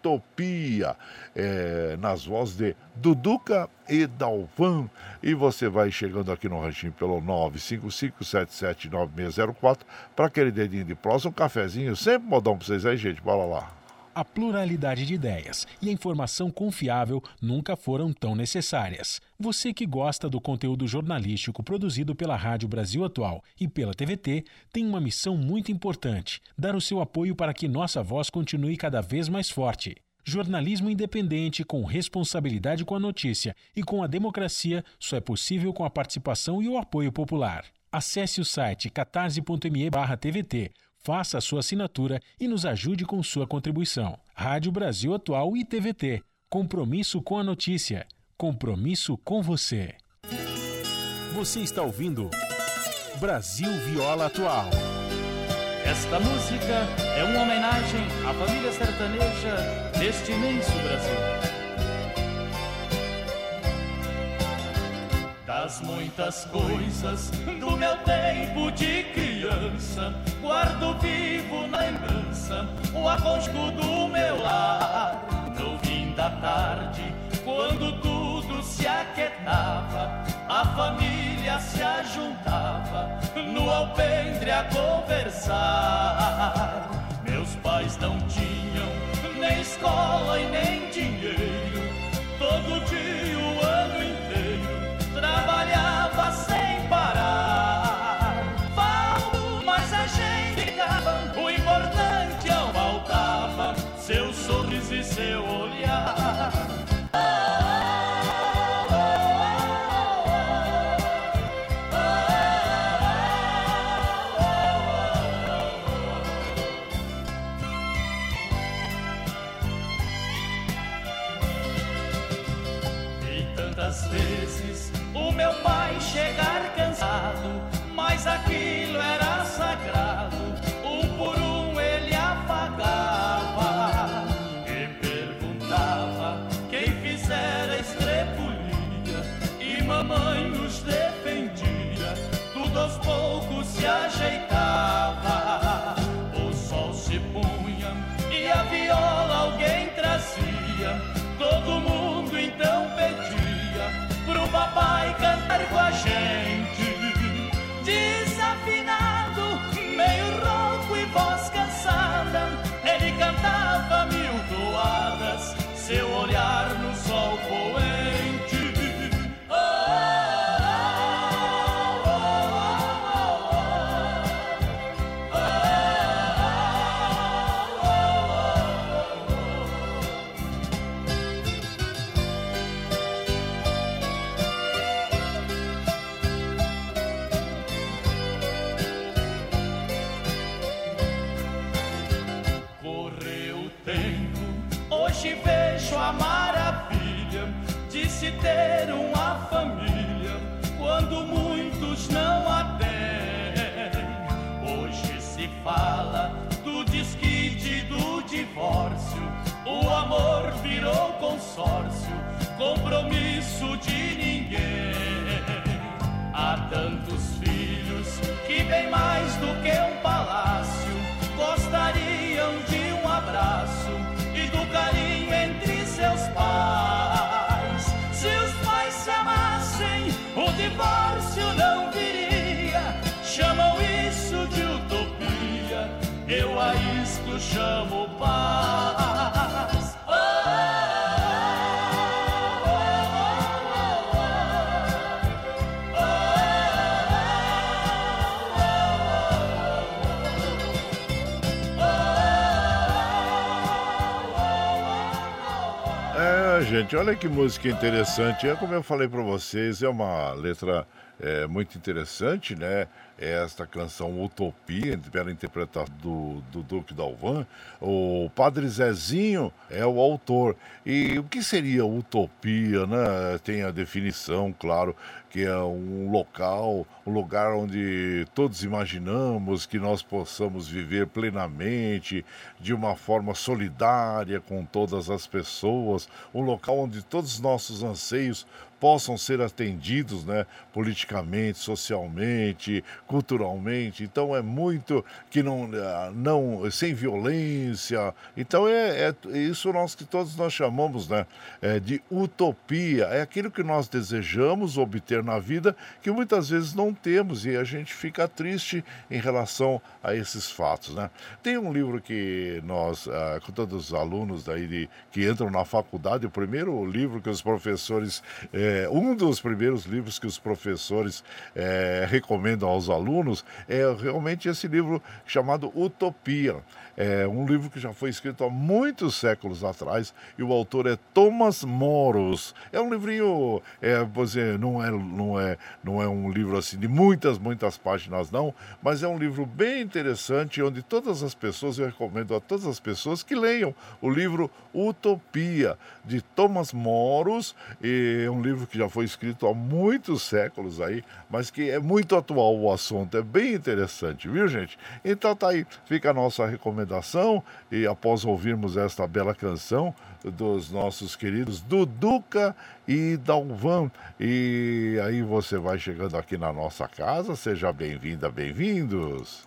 [SPEAKER 3] Utopia, é, nas vozes de Duduca e Dalvan. E você vai chegando aqui no ranchinho pelo nove cinco cinco sete sete nove seis zero quatro para aquele dedinho de próximo, um cafezinho, sempre modão para vocês aí, gente, bora lá.
[SPEAKER 1] A pluralidade de ideias e a informação confiável nunca foram tão necessárias. Você que gosta do conteúdo jornalístico produzido pela Rádio Brasil Atual e pela T V T tem uma missão muito importante: dar o seu apoio para que nossa voz continue cada vez mais forte. Jornalismo independente, com responsabilidade com a notícia e com a democracia, só é possível com a participação e o apoio popular. Acesse o site catarse.me barra TVT. Faça a sua assinatura e nos ajude com sua contribuição. Rádio Brasil Atual e T V T. Compromisso com a notícia. Compromisso com você. Você está ouvindo Brasil Viola Atual.
[SPEAKER 8] Esta música é uma homenagem à família sertaneja deste imenso Brasil. Das muitas coisas do meu tempo de criança, guardo vivo na lembrança o aconchego do meu lar. No fim da tarde, quando tudo se aquietava, a família se ajuntava no alpendre a conversar. Meus pais não tinham nem escola e nem dinheiro, todo dia o ano inteiro trabalhava sem parar. Falo, mas a gente ligava, o importante não faltava, seu sorriso e seu olhar. Tantas vezes o meu pai chegar cansado, mas aquilo era sagrado, um por um ele afagava e perguntava quem fizera estrepulia, e mamãe nos defendia, tudo aos poucos se ajeitava. O sol se punha e a viola alguém trazia, todo mundo então pedia pro papai cantar com a gente. Desafinado, meio rouco e voz cansada, ele cantava mil toadas, seu olhar no sol poente. Oh, oh, oh, oh, hoje vejo a maravilha de se ter uma família quando muitos não a têm. Hoje se fala do desquite, do divórcio, o amor virou consórcio, compromisso de ninguém. Há tantos filhos que bem mais do que um palácio gostariam de um abraço e do
[SPEAKER 3] gente, olha que música interessante. É como eu falei para vocês, é uma letra é, muito interessante, né? É esta canção Utopia, pela interpretação do, do Duque Dalvan. O Padre Zezinho é o autor. E o que seria utopia, né? Tem a definição, claro, que é um local, um lugar onde todos imaginamos que nós possamos viver plenamente, de uma forma solidária com todas as pessoas, um local onde todos os nossos anseios possam ser atendidos, né, politicamente, socialmente, culturalmente. Então é muito que não, não sem violência. Então é, é isso nós que todos nós chamamos, né, é, de utopia. É aquilo que nós desejamos obter na vida que muitas vezes não temos e a gente fica triste em relação a esses fatos, né? Tem um livro que nós, ah, com todos os alunos daí de, que entram na faculdade, o primeiro livro que os professores é, um dos primeiros livros que os professores é, recomendam aos alunos é realmente esse livro chamado Utopia. É um livro que já foi escrito há muitos séculos atrás e o autor é Thomas Moros. É um livrinho, é, você, não, é, não, é, não é um livro assim de muitas, muitas páginas não, mas é um livro bem interessante onde todas as pessoas, eu recomendo a todas as pessoas que leiam o livro Utopia, de Thomas Moros. E é um livro que já foi escrito há muitos séculos aí, mas que é muito atual o assunto, é bem interessante, viu, gente? Então tá aí, fica a nossa recomendação e após ouvirmos esta bela canção dos nossos queridos Duduca e Dalvan, e aí você vai chegando aqui na nossa casa, seja bem-vinda, bem-vindos.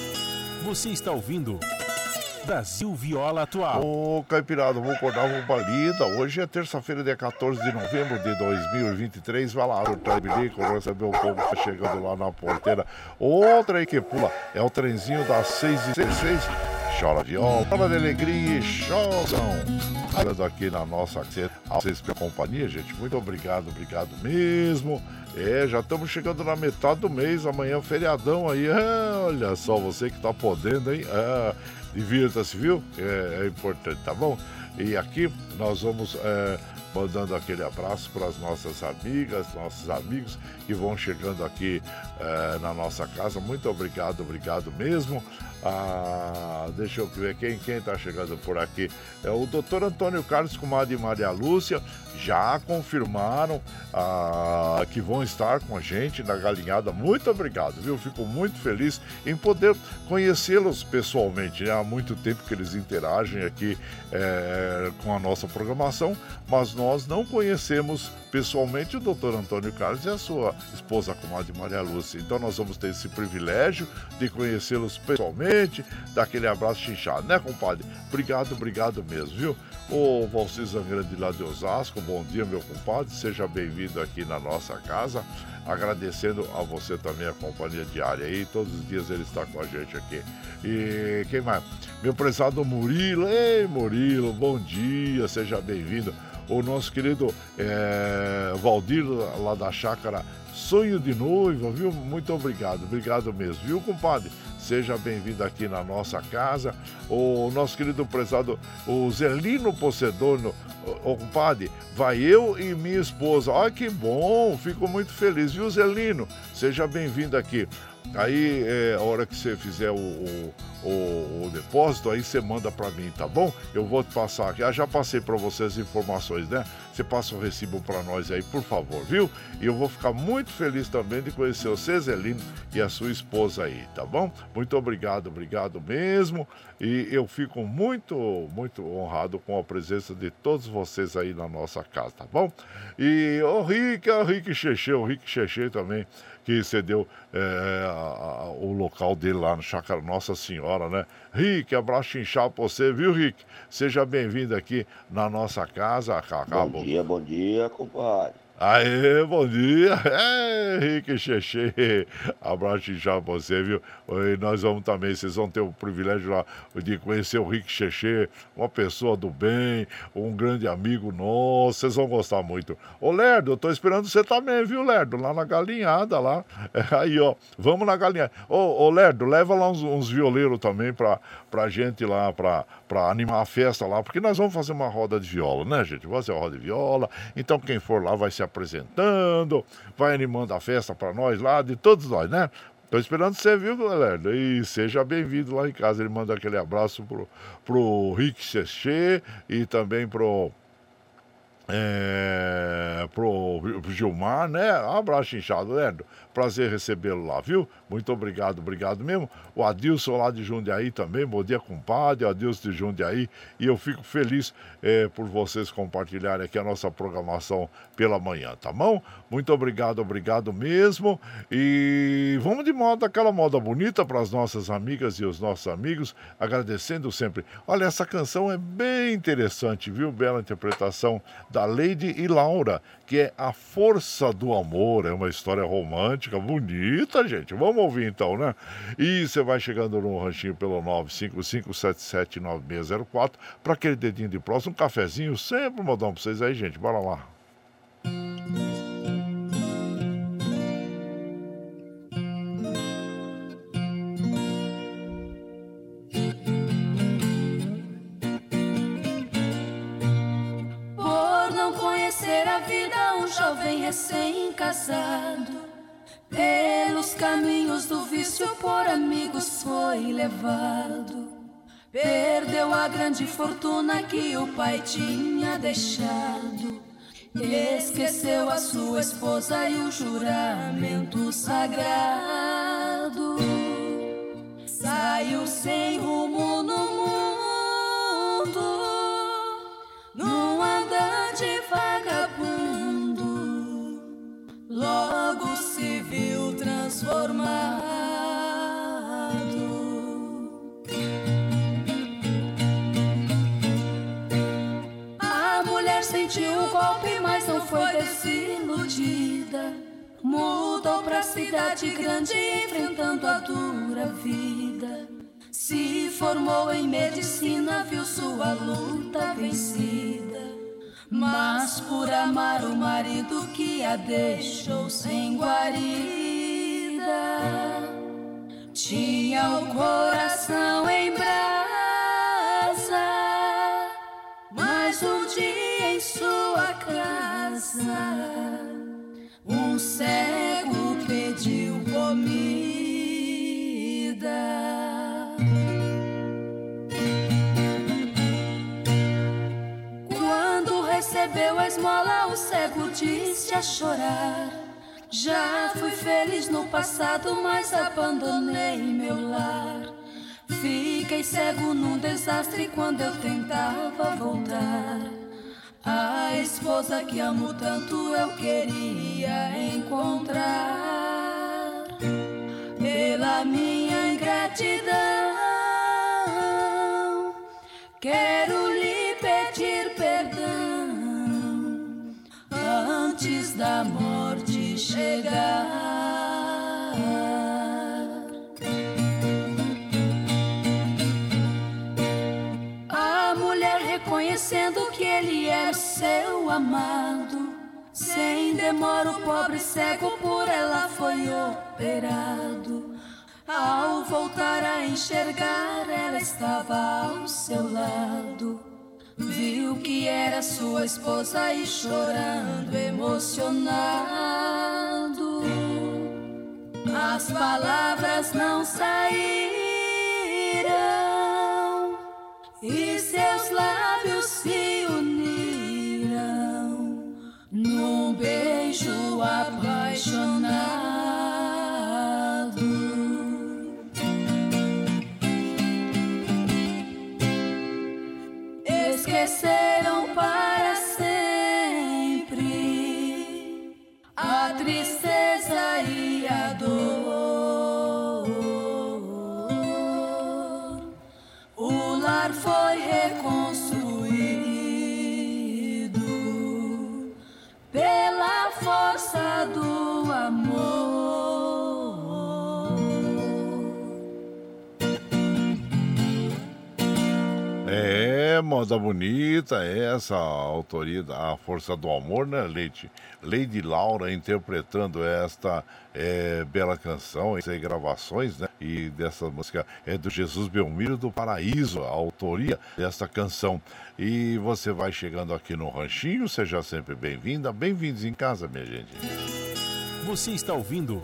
[SPEAKER 1] Você está ouvindo Brasil Viola Atual.
[SPEAKER 3] Ô, Caipirada, vou acordar uma balida. Hoje é terça-feira, dia quatorze de novembro de dois mil e vinte e três. Vai lá, o bilico, receber o povo que tá chegando lá na porteira. Outra aí que pula é o trenzinho das seis e seis. Chora viola, chora de alegria e choram. Chegando aqui na nossa a vocês pela companhia, gente. Muito obrigado, obrigado mesmo. É, já estamos chegando na metade do mês. Amanhã é feriadão aí. É, olha só, você que tá podendo, hein? É, divirta-se, viu? É, é importante, tá bom? E aqui nós vamos é, mandando aquele abraço para as nossas amigas, nossos amigos que vão chegando aqui é, na nossa casa. Muito obrigado, obrigado mesmo. Ah, deixa eu ver quem quem está chegando por aqui. É o doutor Antônio Carlos, comadre Maria Lúcia, já confirmaram ah, que vão estar com a gente na galinhada. Muito obrigado, viu? Fico muito feliz em poder conhecê-los pessoalmente, né? Há muito tempo que eles interagem aqui é, com a nossa programação, mas nós não conhecemos pessoalmente o doutor Antônio Carlos e a sua esposa, a comadre Maria Lúcia. Então nós vamos ter esse privilégio de conhecê-los pessoalmente, dar aquele abraço chinchado, né, compadre? Obrigado, obrigado mesmo, viu? O Valcir Zangrande lá de Osasco, bom dia, meu compadre, seja bem-vindo aqui na nossa casa, agradecendo a você também a companhia diária aí, todos os dias ele está com a gente aqui. E quem mais? Meu prezado Murilo, ei Murilo, bom dia, seja bem-vindo. O nosso querido é, Valdir, lá da chácara Sonho de Noiva, viu? Muito obrigado, obrigado mesmo, viu, compadre? Seja bem-vindo aqui na nossa casa. O nosso querido prezado, o Zelino Pocedono, o compadre, vai eu e minha esposa. Olha que bom, fico muito feliz, viu, Zelino? Seja bem-vindo aqui. Aí, é, a hora que você fizer o, o, o, o depósito, aí você manda para mim, tá bom? Eu vou te passar aqui. Ah, já passei para você as informações, né? Você passa o recibo para nós aí, por favor, viu? E eu vou ficar muito feliz também de conhecer o Cezelino e a sua esposa aí, tá bom? Muito obrigado, obrigado mesmo. E eu fico muito, muito honrado com a presença de todos vocês aí na nossa casa, tá bom? E o Rick, o Rick Cheche, o Rick Cheche também, que cedeu é, a, a, o local dele lá no Chácara Nossa Senhora, né? Rick, abraço inchado pra você, viu, Rick? Seja bem-vindo aqui na nossa casa.
[SPEAKER 9] Bom dia, bom dia, compadre.
[SPEAKER 3] Aê, bom dia. É, Henrique Xexê. Abraço inchado pra você, viu? E nós vamos também, vocês vão ter o privilégio lá de conhecer o Henrique Xexê, uma pessoa do bem, um grande amigo nosso, vocês vão gostar muito. Ô, Lerdo, eu tô esperando você também, viu, Lerdo? Lá na galinhada, lá. É, aí, ó, vamos na galinhada. Ô, ô Lerdo, leva lá uns, uns violeiros também pra, pra gente lá, pra, pra animar a festa lá, porque nós vamos fazer uma roda de viola, né, gente? Vamos fazer uma roda de viola, então quem for lá vai se apresentando, vai animando a festa pra nós lá, de todos nós, né? Tô esperando você, viu, galera? E seja bem-vindo lá em casa. Ele manda aquele abraço pro, pro Rick Xexê e também pro... É, pro Gilmar, né? Um abraço inchado, Lerdo. Prazer recebê-lo lá, viu? Muito obrigado, obrigado mesmo. O Adilson lá de Jundiaí também, bom dia, compadre. O Adilson de Jundiaí. E eu fico feliz é, por vocês compartilharem aqui a nossa programação pela manhã, tá bom? Muito obrigado, obrigado mesmo. E vamos de moda, aquela moda bonita para as nossas amigas e os nossos amigos, agradecendo sempre. Olha, essa canção é bem interessante, viu? Bela interpretação da Lady e Laura, que é A Força do Amor. É uma história romântica, bonita, gente. Vamos ouvir então, né? E você vai chegando no ranchinho pelo nove cinco cinco sete sete nove seis zero quatro para aquele dedinho de próximo, um cafezinho, sempre modão pra vocês aí, gente. Bora lá.
[SPEAKER 5] Jovem recém-casado, pelos caminhos do vício por amigos foi levado. Perdeu a grande fortuna que o pai tinha deixado. Esqueceu a sua esposa e o juramento sagrado. Saiu sem rumo no mundo, num andante vagabundo. Logo se viu transformado. A mulher sentiu o golpe, mas não foi desiludida. Mudou pra cidade grande, enfrentando a dura vida. Se formou em medicina, viu sua luta vencida. Mas por amar o marido que a deixou sem guarida, tinha o coração em brasa. Mas um dia em sua casa, um cego pediu comida. Recebeu a esmola, o cego disse a chorar: já fui feliz no passado, mas abandonei meu lar. Fiquei cego num desastre quando eu tentava voltar. A esposa que amo tanto eu queria encontrar. Pela minha ingratidão, quero lhe pedir perdão antes da morte chegar. A mulher, reconhecendo que ele era seu amado, sem demora o pobre cego por ela foi operado. Ao voltar a enxergar, ela estava ao seu lado. Viu que era sua esposa e chorando, emocionado, as palavras não saíram e seus lábios se uniram num beijo apaixonado. Esqueceram para sempre a tristeza e a dor. O lar foi reconstruído pela força do amor.
[SPEAKER 3] É, moda bonita, é essa autoria da Força do Amor, né, Leite? Lady Laura interpretando esta é, bela canção, essas gravações, né? E dessa música é do Jesus Belmiro do Paraíso, a autoria desta canção. E você vai chegando aqui no Ranchinho, seja sempre bem-vinda, bem-vindos em casa, minha gente.
[SPEAKER 1] Você está ouvindo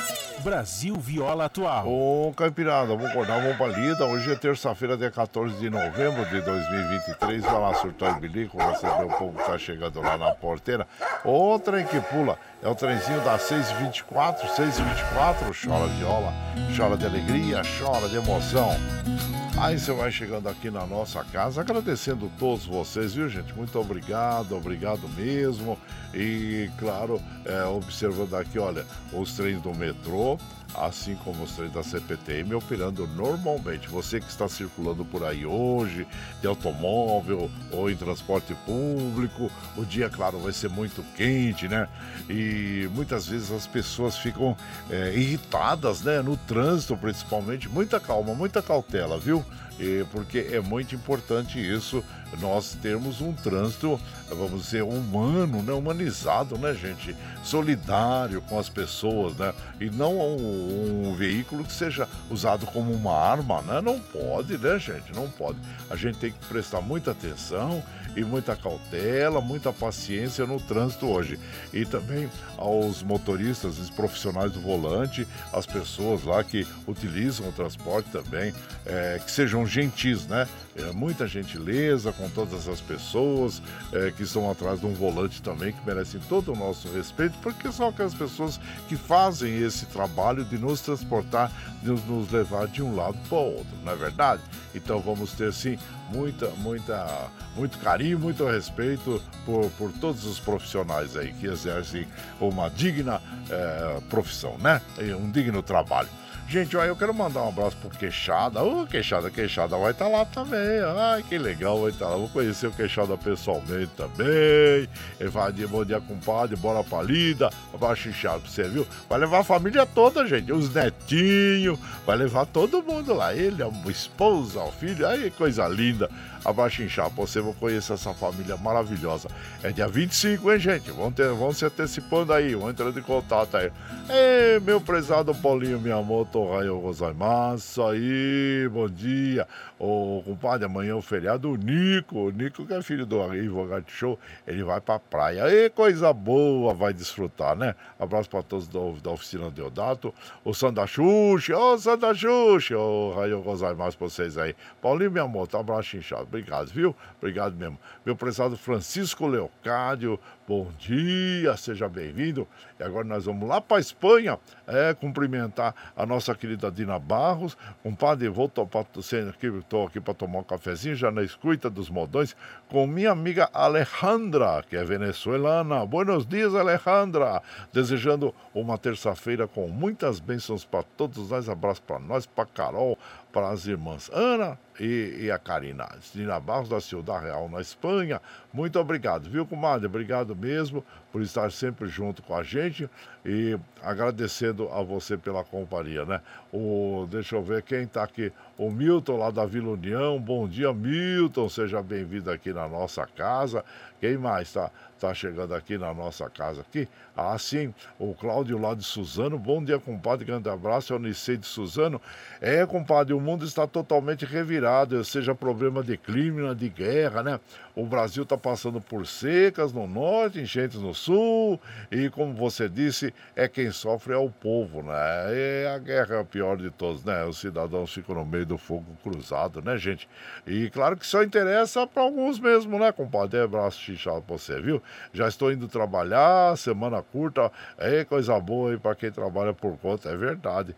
[SPEAKER 1] Brasil Viola Atual.
[SPEAKER 3] Ô, Caipirada, vamos acordar, vamos pra lida. Hoje é terça-feira, dia quatorze de novembro de dois mil e vinte e três. Vai lá surtar o bilico, receber o povo que tá chegando lá na porteira. O trem que pula é o trenzinho das seis e vinte e quatro, seis e vinte e quatro. Chora viola, chora de alegria, chora de emoção. Aí você vai chegando aqui na nossa casa, agradecendo todos vocês, viu, gente? Muito obrigado, obrigado mesmo. E, claro, é, observando aqui, olha, os trens do metrô, assim como os trens da C P T M, operando normalmente. Você que está circulando por aí hoje, de automóvel ou em transporte público, o dia, claro, vai ser muito quente, né? E muitas vezes as pessoas ficam é, irritadas, né? No trânsito, principalmente. Muita calma, muita cautela, viu? E porque é muito importante isso, nós termos um trânsito, vamos dizer, humano, né? Humanizado, né, gente? Solidário com as pessoas, né? E não um, um veículo que seja usado como uma arma, né? Não pode, né, gente? Não pode. A gente tem que prestar muita atenção e muita cautela, muita paciência no trânsito hoje. E também aos motoristas, os profissionais do volante, as pessoas lá que utilizam o transporte também, é, que sejam gentis, né? É, muita gentileza com todas as pessoas é, que estão atrás de um volante também, que merecem todo o nosso respeito, porque são aquelas pessoas que fazem esse trabalho de nos transportar, de nos levar de um lado para o outro, não é verdade? Então vamos ter, sim, muita, muita, muito carinho, muito respeito por, por todos os profissionais aí que exercem uma digna é, profissão, né? E um digno trabalho. Gente, ó, eu quero mandar um abraço pro Queixada. Ô, Queixada, Queixada vai estar tá lá também. Ai, que legal, vai estar tá lá. Vou conhecer o Queixada pessoalmente também. Ele vai dizer bom dia, compadre, bora pra lida. Vai xixar pra você, viu? Vai levar a família toda, gente. Os netinhos, vai levar todo mundo lá. Ele, a esposa, o filho. Ai, coisa linda. Abaixo inchar, você vai conhecer essa família maravilhosa. É dia vinte e cinco, hein, gente? Vão, ter, vão se antecipando aí, vão entrando em contato aí. Ei, meu prezado Paulinho, minha moto, raio gozaimasu, aí, bom dia. Ô, compadre, amanhã é o feriado, o Nico, o Nico que é filho do Advogado Show, ele vai pra praia. Ei, coisa boa, vai desfrutar, né? Abraço pra todos do, da oficina Deodato. O Sanda Xuxa, ô, Sanda Xuxa, ô, raio gozaimasu pra vocês aí. Paulinho, minha moto, abraço inchado. Obrigado, viu? Obrigado mesmo. Meu prezado Francisco Leocádio, bom dia, seja bem-vindo. E agora nós vamos lá para a Espanha, é, cumprimentar a nossa querida Dina Barros. Compadre, vou topar, estou aqui para tomar um cafezinho, já na escuta dos modões, com minha amiga Alejandra, que é venezuelana. Buenos dias, Alejandra. Desejando uma terça-feira com muitas bênçãos para todos nós. Abraço para nós, para Carol, para as irmãs Ana e, e a Karina. Dina Barros, da Ciudad Real, na Espanha. Muito obrigado, viu, comadre? Obrigado mesmo por estar sempre junto com a gente e agradecendo a você pela companhia, né? O, deixa eu ver quem está aqui. O Milton, lá da Vila União. Bom dia, Milton. Seja bem-vindo aqui na nossa casa. Quem mais está tá chegando aqui na nossa casa aqui? Ah, sim, o Cláudio lá de Suzano. Bom dia, compadre. Grande abraço. É o Nicei de Suzano. É, compadre, o mundo está totalmente revirado, seja problema de clima, de guerra, né? O Brasil está passando por secas no norte, enchentes no sul, e como você disse, é quem sofre é o povo, né? E a guerra é a pior de todos, né? Os cidadãos ficam no meio do fogo cruzado, né, gente? E claro que só interessa para alguns mesmo, né, compadre? É braço xixado pra você, viu? Já estou indo trabalhar, semana curta, é coisa boa aí para quem trabalha por conta, é verdade.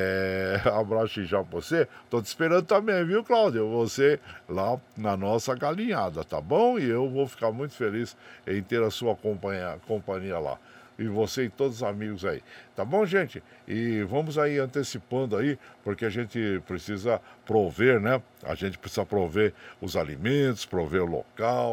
[SPEAKER 3] É, abraço xixado pra você. Tô te esperando também, viu, Cláudio? Você lá na nossa galinhada, tá bom? E eu vou ficar muito feliz em ter a sua companhia, companhia lá. E você e todos os amigos aí. Tá bom, gente? E vamos aí antecipando aí, porque a gente precisa prover, né? A gente precisa prover os alimentos, prover o local,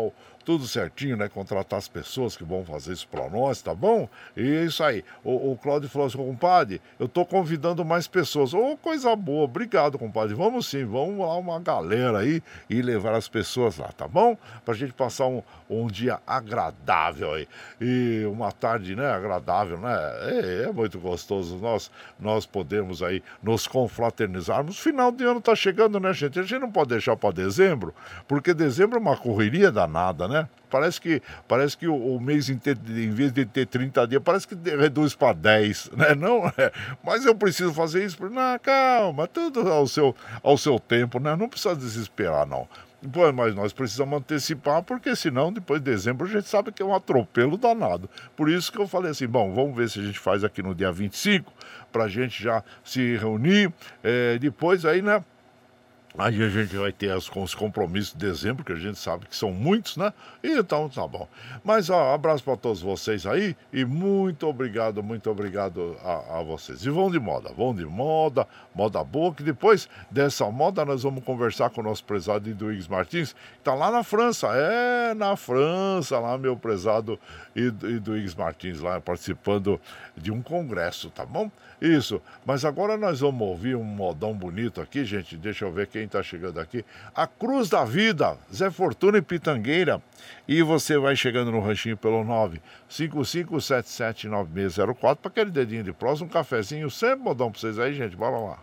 [SPEAKER 3] tudo certinho, né? Contratar as pessoas que vão fazer isso para nós, tá bom? E é isso aí. O, o Cláudio falou assim, compadre, eu tô convidando mais pessoas. Ô, oh, coisa boa, obrigado, compadre. Vamos sim, vamos lá uma galera aí e levar as pessoas lá, tá bom? Pra gente passar um, um dia agradável aí. E uma tarde, né, agradável, né? É, é muito gostoso nós, nós podemos aí nos confraternizarmos. Final de ano tá chegando, né, gente? A gente não pode deixar para dezembro, porque dezembro é uma correria danada, né? Parece que, parece que o, o mês inteiro, em vez de ter trinta dias, parece que reduz para dez, né? Não, é. Mas eu preciso fazer isso. Não, calma, tudo ao seu, ao seu tempo, né? Não precisa desesperar, não. Pô, mas nós precisamos antecipar, porque senão, depois de dezembro, a gente sabe que é um atropelo danado. Por isso que eu falei assim, bom, vamos ver se a gente faz aqui no dia vinte e cinco, pra gente já se reunir. É, depois aí, né? Aí a gente vai ter os, os compromissos de dezembro, que a gente sabe que são muitos, né? Então tá bom. Mas ó, abraço para todos vocês aí e muito obrigado, muito obrigado a, a vocês. E vão de moda, vão de moda, moda boa, que depois dessa moda nós vamos conversar com o nosso prezado Eduígues Martins, que tá lá na França, é na França, lá meu prezado Eduígues Martins, lá participando de um congresso, tá bom? Isso, mas agora nós vamos ouvir um modão bonito aqui, gente, deixa eu ver quem tá chegando aqui. A Cruz da Vida, Zé Fortuna e Pitangueira. E você vai chegando no ranchinho pelo nove cinco cinco sete sete nove seis zero quatro para aquele dedinho de prosa, um cafezinho, sempre modão pra vocês aí, gente, bora lá.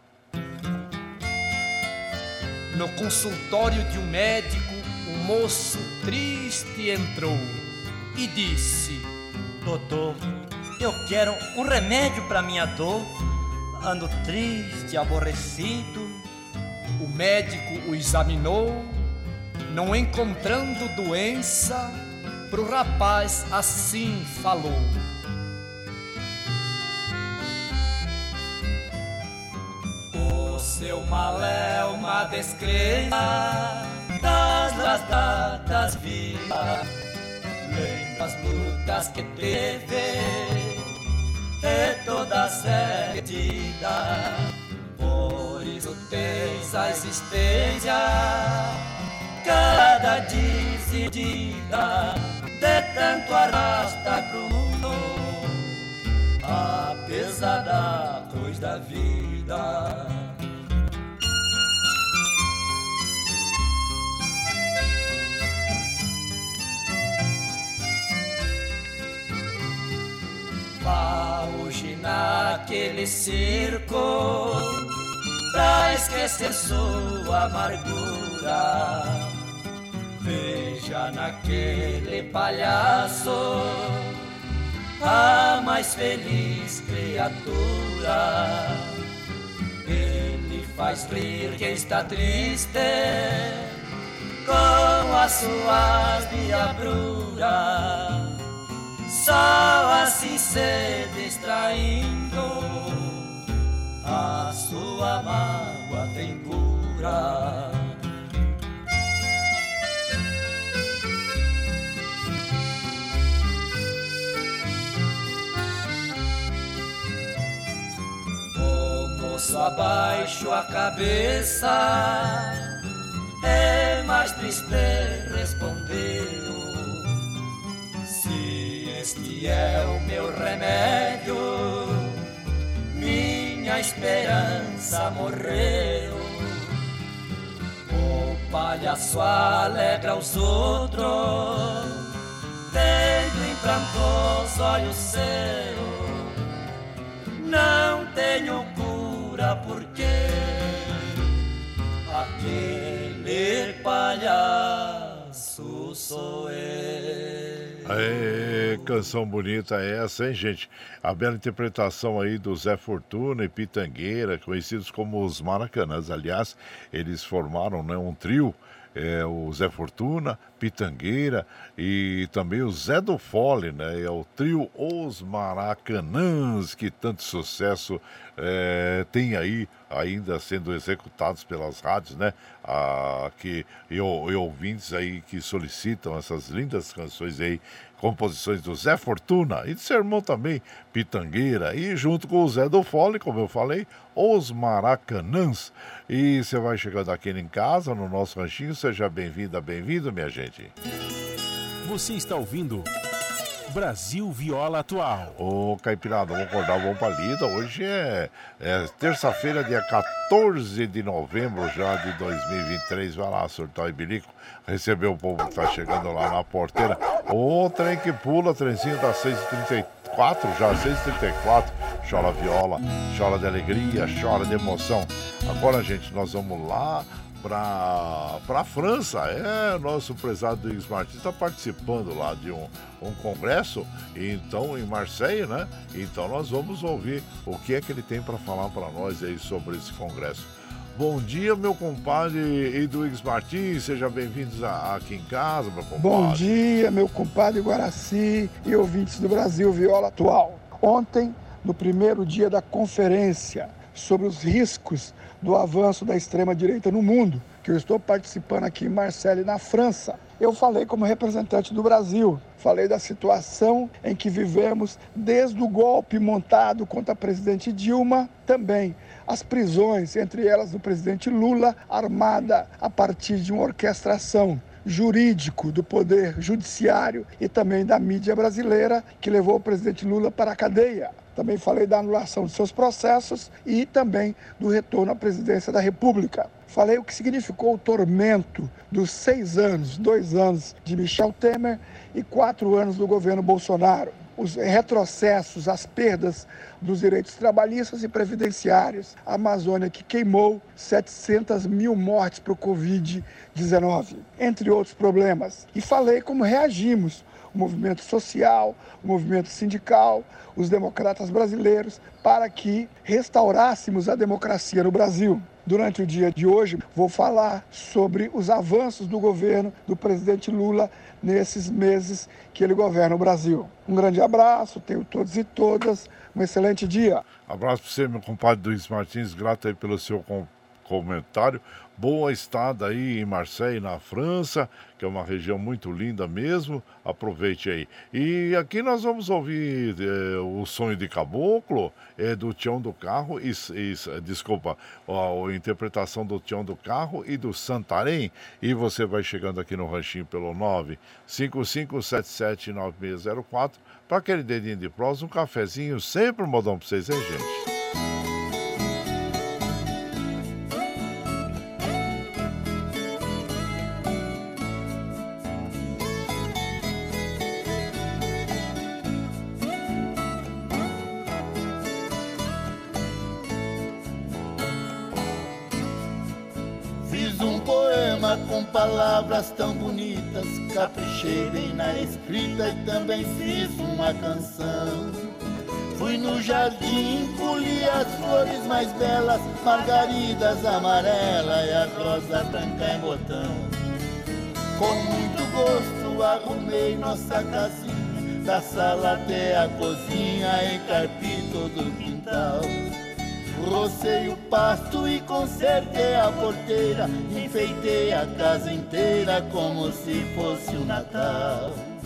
[SPEAKER 9] No consultório de um médico, um moço triste entrou e disse:
[SPEAKER 10] doutor, eu quero um remédio para minha dor. Ando triste, aborrecido.
[SPEAKER 9] O médico o examinou, não encontrando doença, pro rapaz assim falou:
[SPEAKER 4] o seu mal é uma descrença das datas vivas, lembra as lutas que teve e todas perdida. Por isso tens a existência cada decidida, de tanto arrasta pro mundo a pesada cruz da vida. Vá hoje naquele circo pra esquecer sua amargura. Veja naquele palhaço a mais feliz criatura. Ele faz rir quem está triste com as suas diabruras. Só assim se distraindo, a sua mágoa tem cura. O moço abaixa a cabeça, é mais triste respondeu: este é o meu remédio, minha esperança morreu. O palhaço alegra os outros, tendo em pranto os olhos seus. Não tenho cura porque aquele palhaço sou eu.
[SPEAKER 3] Aê, canção bonita é essa, hein, gente? A bela interpretação aí do Zé Fortuna e Pitangueira, conhecidos como os Maracanãs. Aliás, eles formaram, né, um trio, é, o Zé Fortuna, Pitangueira e também o Zé do Fole, né? É o trio Os Maracanãs, que tanto sucesso é, tem aí, ainda sendo executados pelas rádios, né? Ah, que, e, e ouvintes aí que solicitam essas lindas canções aí, composições do Zé Fortuna e de seu irmão também, Pitangueira, e junto com o Zé do Fole, como eu falei, Os Maracanãs. E você vai chegando aqui em casa, no nosso ranchinho, seja bem-vinda, bem-vindo, minha gente.
[SPEAKER 1] Você está ouvindo Brasil Viola Atual.
[SPEAKER 3] Ô, Caipirada, vamos acordar, vamos pra lida. Hoje é, é terça-feira, dia quatorze de novembro já de dois mil e vinte e três. Vai lá, surtar e bilico. Receber o povo que tá chegando lá na porteira. O trem que pula, trenzinho das seis e trinta e quatro, já seis e trinta e quatro. Chora viola, chora de alegria, chora de emoção. Agora, gente, nós vamos lá para a França. É, nosso prezado Igor Martins está participando lá de um, um congresso, então em Marseille, né? Então nós vamos ouvir o que é que ele tem para falar para nós aí sobre esse congresso. Bom dia, meu compadre Eduígues Martins, sejam bem-vindos a, aqui em casa, meu compadre.
[SPEAKER 11] Bom dia, meu compadre Guaraci e ouvintes do Brasil Viola Atual. Ontem, no primeiro dia da conferência sobre os riscos do avanço da extrema-direita no mundo, que eu estou participando aqui em Marseille, na França, eu falei como representante do Brasil. Falei da situação em que vivemos desde o golpe montado contra a presidente Dilma, também as prisões, entre elas do presidente Lula, armada a partir de uma orquestração jurídico do poder judiciário e também da mídia brasileira, que levou o presidente Lula para a cadeia. Também falei da anulação de seus processos e também do retorno à presidência da República. Falei o que significou o tormento dos seis anos, dois anos de Michel Temer e quatro anos do governo Bolsonaro. Os retrocessos, as perdas dos direitos trabalhistas e previdenciários. A Amazônia que queimou setecentas mil mortes para o covid dezenove, entre outros problemas. E falei como reagimos, o movimento social, o movimento sindical, os democratas brasileiros, para que restaurássemos a democracia no Brasil. Durante o dia de hoje, vou falar sobre os avanços do governo do presidente Lula nesses meses que ele governa o Brasil. Um grande abraço, tenho todos e todas, um excelente dia.
[SPEAKER 3] Abraço para você, meu compadre Luiz Martins, grato aí pelo seu com... comentário. Boa estada aí em Marseille, na França, que é uma região muito linda mesmo. Aproveite aí. E aqui nós vamos ouvir é, o Sonho de Caboclo, é, do Tião do Carro, e, e, desculpa, a, a interpretação do Tião do Carro e do Santarém. E você vai chegando aqui no ranchinho pelo nove cinco cinco sete sete nove seis zero quatro para aquele dedinho de prosa, um cafezinho, sempre um modão para vocês, hein, gente?
[SPEAKER 12] Com palavras tão bonitas, caprichei bem na escrita e também fiz uma canção. Fui no jardim, colhi as flores mais belas, margaridas amarelas e a rosa branca em botão. Com muito gosto arrumei nossa casinha, da sala até a cozinha, encarpi todo o quintal. Rocei o pasto e consertei a porteira, enfeitei a casa inteira como se fosse o Natal.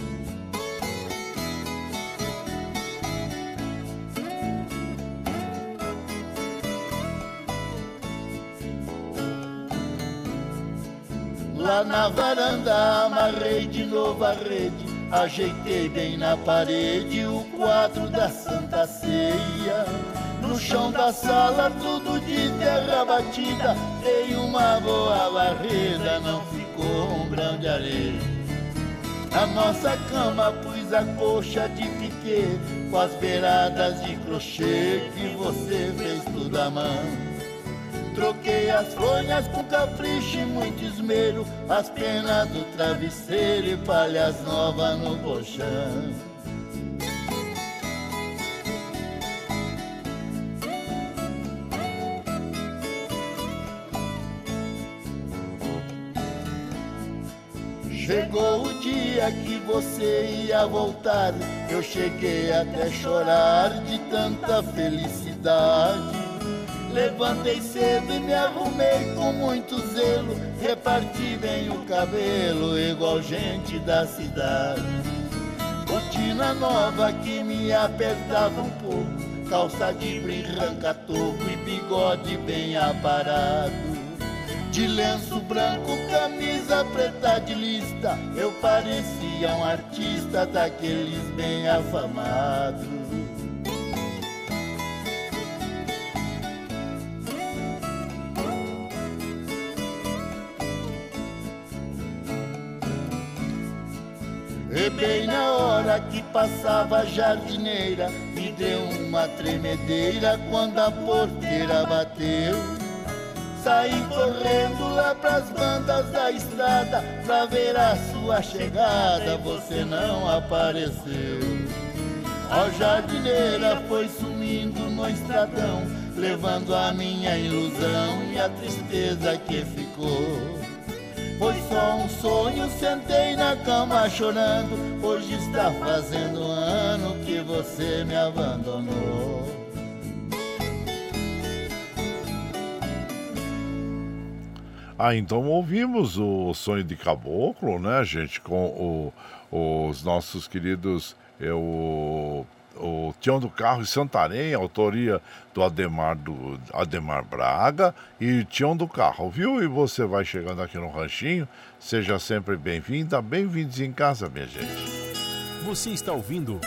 [SPEAKER 12] Lá na varanda amarrei de novo a rede, ajeitei bem na parede o quadro da Santa Ceia. No chão da sala tudo de terra batida, dei uma boa varrida, não ficou um grão de areia. Na nossa cama pus a coxa de piquê, com as beiradas de crochê que você fez tudo à mão. Troquei as fronhas com capricho e muito esmero, as penas do travesseiro e palhas novas no colchão. Chegou o dia que você ia voltar, eu cheguei até chorar de tanta felicidade. Levantei cedo e me arrumei com muito zelo, reparti bem o cabelo igual gente da cidade. Botina nova que me apertava um pouco, calça de brim, ranca-toco e bigode bem aparado. De lenço branco, camisa preta de lista, eu parecia um artista daqueles bem afamados. E bem na hora que passava a jardineira, me deu uma tremedeira quando a porteira bateu. Saí correndo lá pras bandas da estrada, pra ver a sua chegada, você não apareceu. Ó jardineira foi sumindo no estradão, levando a minha ilusão e a tristeza que ficou. Foi só um sonho, sentei na cama chorando, hoje está fazendo um ano que você me abandonou.
[SPEAKER 3] Ah, então ouvimos o Sonho de Caboclo, né, gente, com o, os nossos queridos, é, o, o Tião do Carro e Santarém, autoria do Ademar, do Ademar Braga e Tião do Carro, viu? E você vai chegando aqui no Ranchinho, seja sempre bem-vinda, bem-vindos em casa, minha gente.
[SPEAKER 1] Você está ouvindo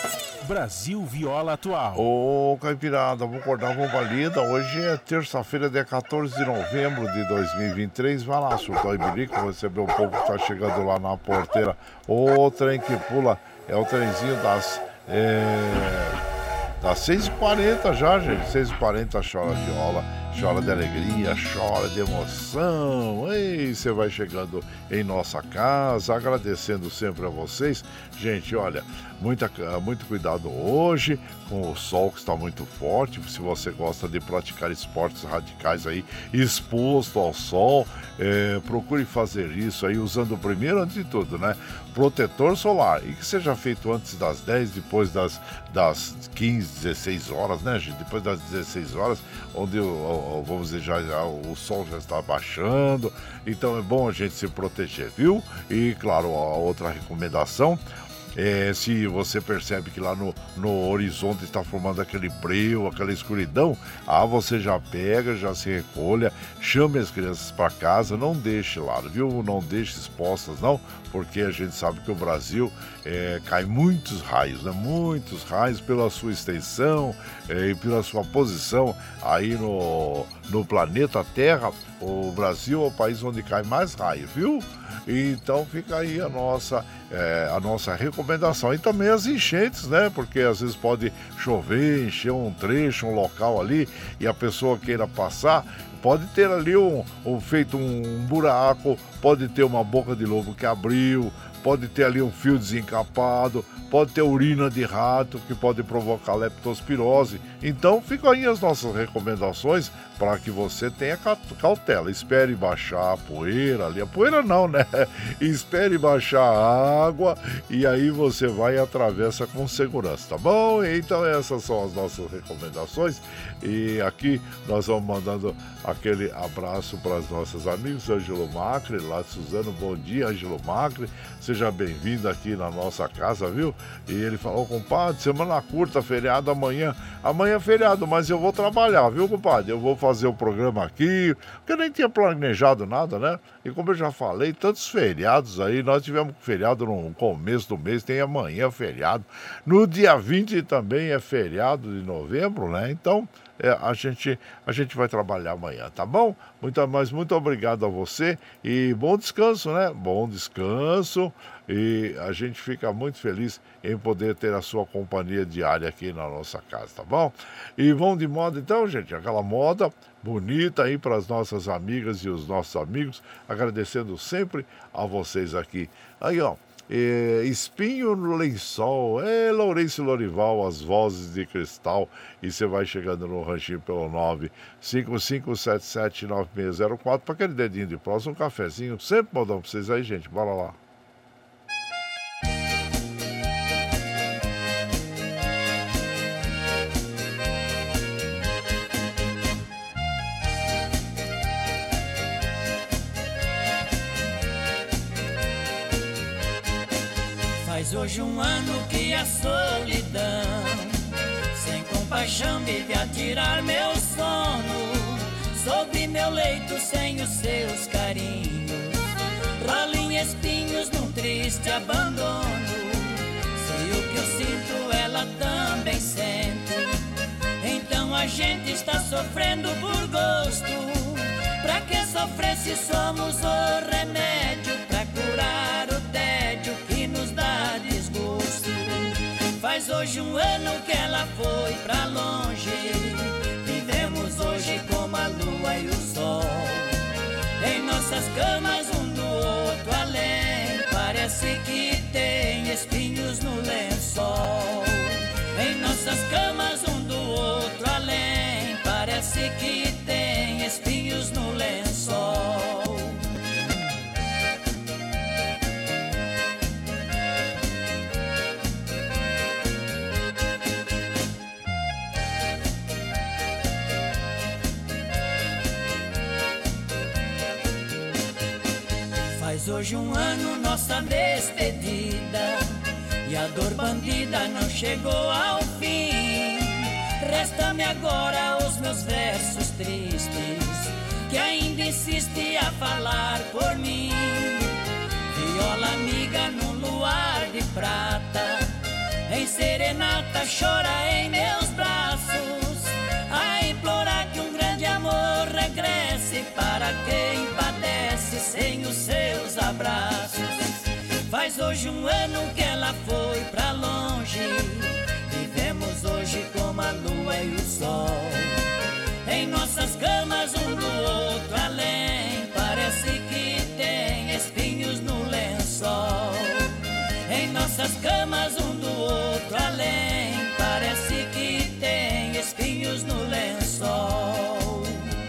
[SPEAKER 1] Brasil Viola Atual.
[SPEAKER 3] Ô, Caipirada, vamos acordar, vamos valida. Hoje é terça-feira, dia quatorze de novembro de dois mil e vinte e três. Vai lá, surtou e bilico, receber o povo que tá chegando lá na porteira. O trem que pula é o trenzinho das... É... Das seis e quarenta já, gente. seis e quarenta chora viola, chora de alegria, chora de emoção. Ei, você vai chegando em nossa casa, agradecendo sempre a vocês. Gente, olha, muita, muito cuidado hoje com o sol que está muito forte. Se você gosta de praticar esportes radicais aí, exposto ao sol, é, procure fazer isso aí usando primeiro, antes de tudo, né? Protetor solar, e que seja feito antes das dez, depois das, das quinze, dezesseis horas, né, gente? Depois das dezesseis horas, onde, vamos dizer, já, já, o sol já está baixando, então é bom a gente se proteger, viu? E, claro, a outra recomendação é, se você percebe que lá no, no horizonte está formando aquele breu, aquela escuridão, ah, você já pega, já se recolha, chame as crianças para casa, não deixe lá, viu? Não deixe expostas, não, porque a gente sabe que o Brasil é, cai muitos raios, né? Muitos raios pela sua extensão é, e pela sua posição aí no, no planeta Terra. O Brasil é o país onde cai mais raios, viu? Então fica aí a nossa, é, a nossa recomendação. E também as enchentes, né? Porque às vezes pode chover, encher um trecho, um local ali, e a pessoa queira passar, pode ter ali um, um feito um buraco, pode ter uma boca de lobo que abriu, pode ter ali um fio desencapado, pode ter urina de rato que pode provocar leptospirose. Então ficam aí as nossas recomendações para que você tenha cautela. Espere baixar a poeira ali, a poeira não, né? Espere baixar a água e aí você vai e atravessa com segurança, tá bom? Então essas são as nossas recomendações e aqui nós vamos mandando aquele abraço para os nossos amigos. Ângelo Macri, lá de Suzano, bom dia, Ângelo Macri, seja bem-vindo aqui na nossa casa, viu? E ele falou, compadre, semana curta, feriado amanhã, amanhã é feriado, mas eu vou trabalhar, viu, compadre? Eu vou fazer o programa aqui, porque eu nem tinha planejado nada, né? E como eu já falei, tantos feriados aí, nós tivemos feriado no começo do mês, tem amanhã feriado, no dia vinte também é feriado de novembro, né? Então, é, a, gente, a gente vai trabalhar amanhã, tá bom? Muito, mas muito obrigado a você e bom descanso, né? Bom descanso e a gente fica muito feliz em poder ter a sua companhia diária aqui na nossa casa, tá bom? E vamos de moda então, gente, aquela moda bonita aí para as nossas amigas e os nossos amigos, agradecendo sempre a vocês aqui. Aí, ó. É, Espinho no Lençol, é Lourenço Lorival, as vozes de cristal. E você vai chegando no ranchinho pelo nove cinco cinco sete sete nove seis zero quatro para aquele dedinho de próximo, um cafezinho, sempre mandando para vocês aí, gente, bora lá.
[SPEAKER 2] Faz hoje um ano que a solidão sem compaixão vive a tirar meu sono. sobre meu leito sem os seus carinhos. Rola em espinhos num triste abandono. Sei o que eu sinto, ela também sente. Então a gente está sofrendo por gosto. Pra que sofrer se somos o remédio pra curar o tédio que nos dá desgosto? Faz hoje um ano que ela foi pra longe. Vivemos hoje como a lua e o sol. Em nossas camas um do outro além. Parece que tem espinhos no lençol. Em nossas camas um do outro além. Parece que tem espinhos no lençol. Faz hoje um ano nossa despedida e a dor bandida não chegou ao fim. Resta-me agora os meus versos tristes que ainda insiste a falar por mim. Viola amiga no luar de prata, em serenata chora em meus braços, a implorar que um grande amor regresse para quem padece sem os seus abraços. Faz hoje um ano que ela foi pra longe. Vivemos hoje como a lua e o sol. Em nossas camas um do outro além. Parece que tem espinhos no lençol. Em nossas camas um do outro além. Parece que tem espinhos no lençol.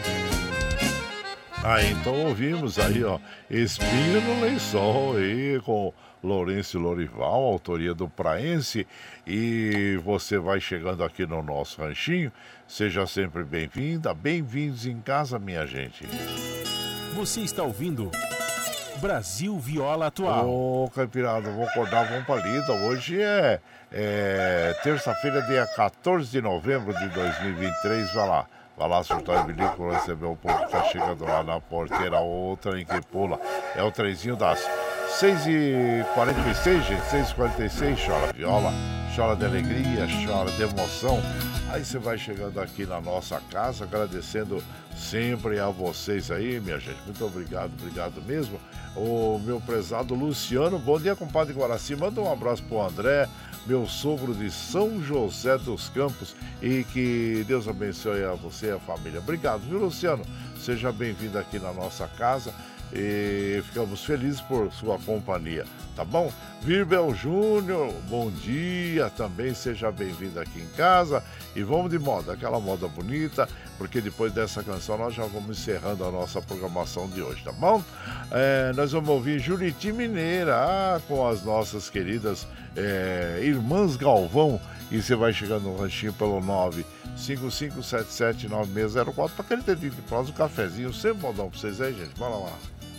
[SPEAKER 3] Ah, então ouvimos aí, ó, Espinho no Lençol aí com Lourenço Lorival, autoria do Praense. E você vai chegando aqui no nosso ranchinho, seja sempre bem-vinda, bem-vindos em casa, minha gente.
[SPEAKER 1] Você está ouvindo Brasil Viola Atual.
[SPEAKER 3] Ô, Caipirada, vamos acordar, vamos pra lida. Hoje é, é terça-feira, dia quatorze de novembro de dois mil e vinte e três, vai lá. Vai lá soltar o bilico, receber o povo que tá chegando lá na porteira, outra em que pula. É o trenzinho das seis e quarenta e seis, gente, seis e quarenta e seis, chora viola, chora de alegria, chora de emoção. Aí você vai chegando aqui na nossa casa, agradecendo sempre a vocês aí, minha gente. Muito obrigado, obrigado mesmo. O meu prezado Luciano, bom dia, compadre Guaraci. Manda um abraço pro André, meu sogro de São José dos Campos, e que Deus abençoe a você e a família. Obrigado, viu, Luciano? Seja bem-vindo aqui na nossa casa e ficamos felizes por sua companhia, tá bom? Virbel Júnior, bom dia, também seja bem-vindo aqui em casa. E vamos de moda, aquela moda bonita, porque depois dessa canção nós já vamos encerrando a nossa programação de hoje, tá bom? É, nós vamos ouvir Juriti Mineira, ah, com as nossas queridas é, Irmãs Galvão. E você vai chegando no ranchinho pelo nove cinco cinco sete sete nove seis zero quatro para aquele dedinho de prosa, um cafezinho, sempre modão pra vocês aí, gente. Bora lá.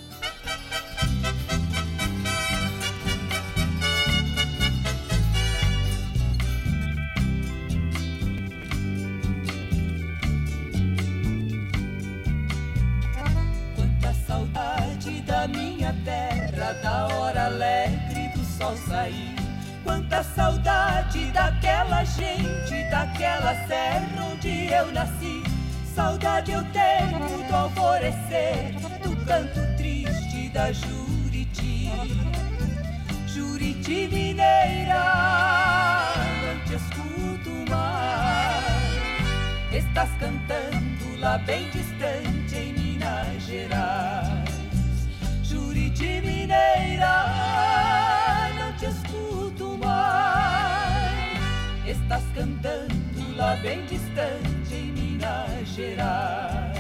[SPEAKER 2] Quanta saudade da minha terra, da hora alegre do sol sair. Quanta saudade daquela gente, daquela serra onde eu nasci. Saudade eu tenho do alvorecer, do canto triste da Juriti. Juriti mineira, não te escuto mais. Estás cantando lá bem distante em Minas Gerais. Juriti mineira, não te escuto mais. Estás cantando lá bem distante em Minas Gerais.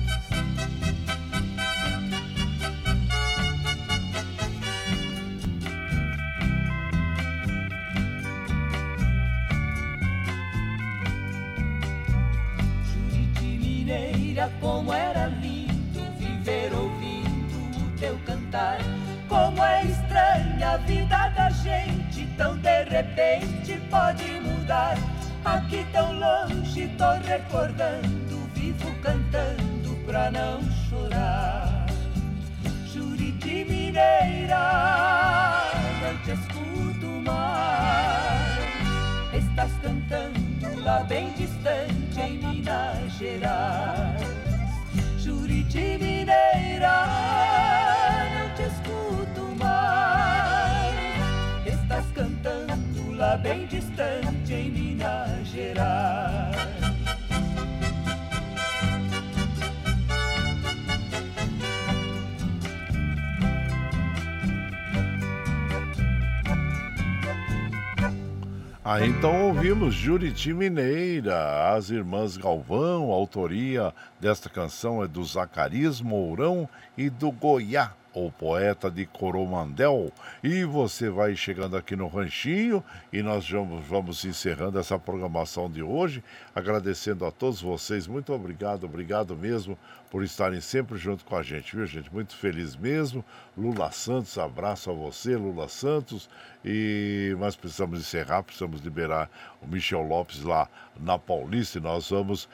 [SPEAKER 2] Juriti mineira, como era lindo viver ouvindo o teu cantar. Como é estranha a vida da gente, tão de repente pode mudar. Aqui tão longe tô recordando, vivo cantando
[SPEAKER 4] pra não chorar. Juriti mineira, não te escuto mais. Estás cantando lá bem distante em Minas Gerais. Juriti mineira, não te escuto mais. Estás cantando lá bem distante em Minas Gerais.
[SPEAKER 3] Ah, então ouvimos Juriti Mineira, as Irmãs Galvão. A autoria desta canção é do Zacarias Mourão e do Goiá, o poeta de Coromandel. E você vai chegando aqui no Ranchinho e nós vamos, vamos encerrando essa programação de hoje, agradecendo a todos vocês. Muito obrigado, obrigado mesmo por estarem sempre junto com a gente, viu, gente? Muito feliz mesmo. Lula Santos, abraço a você, Lula Santos. E nós precisamos encerrar, precisamos liberar o Michel Lopes lá na Paulista e nós vamos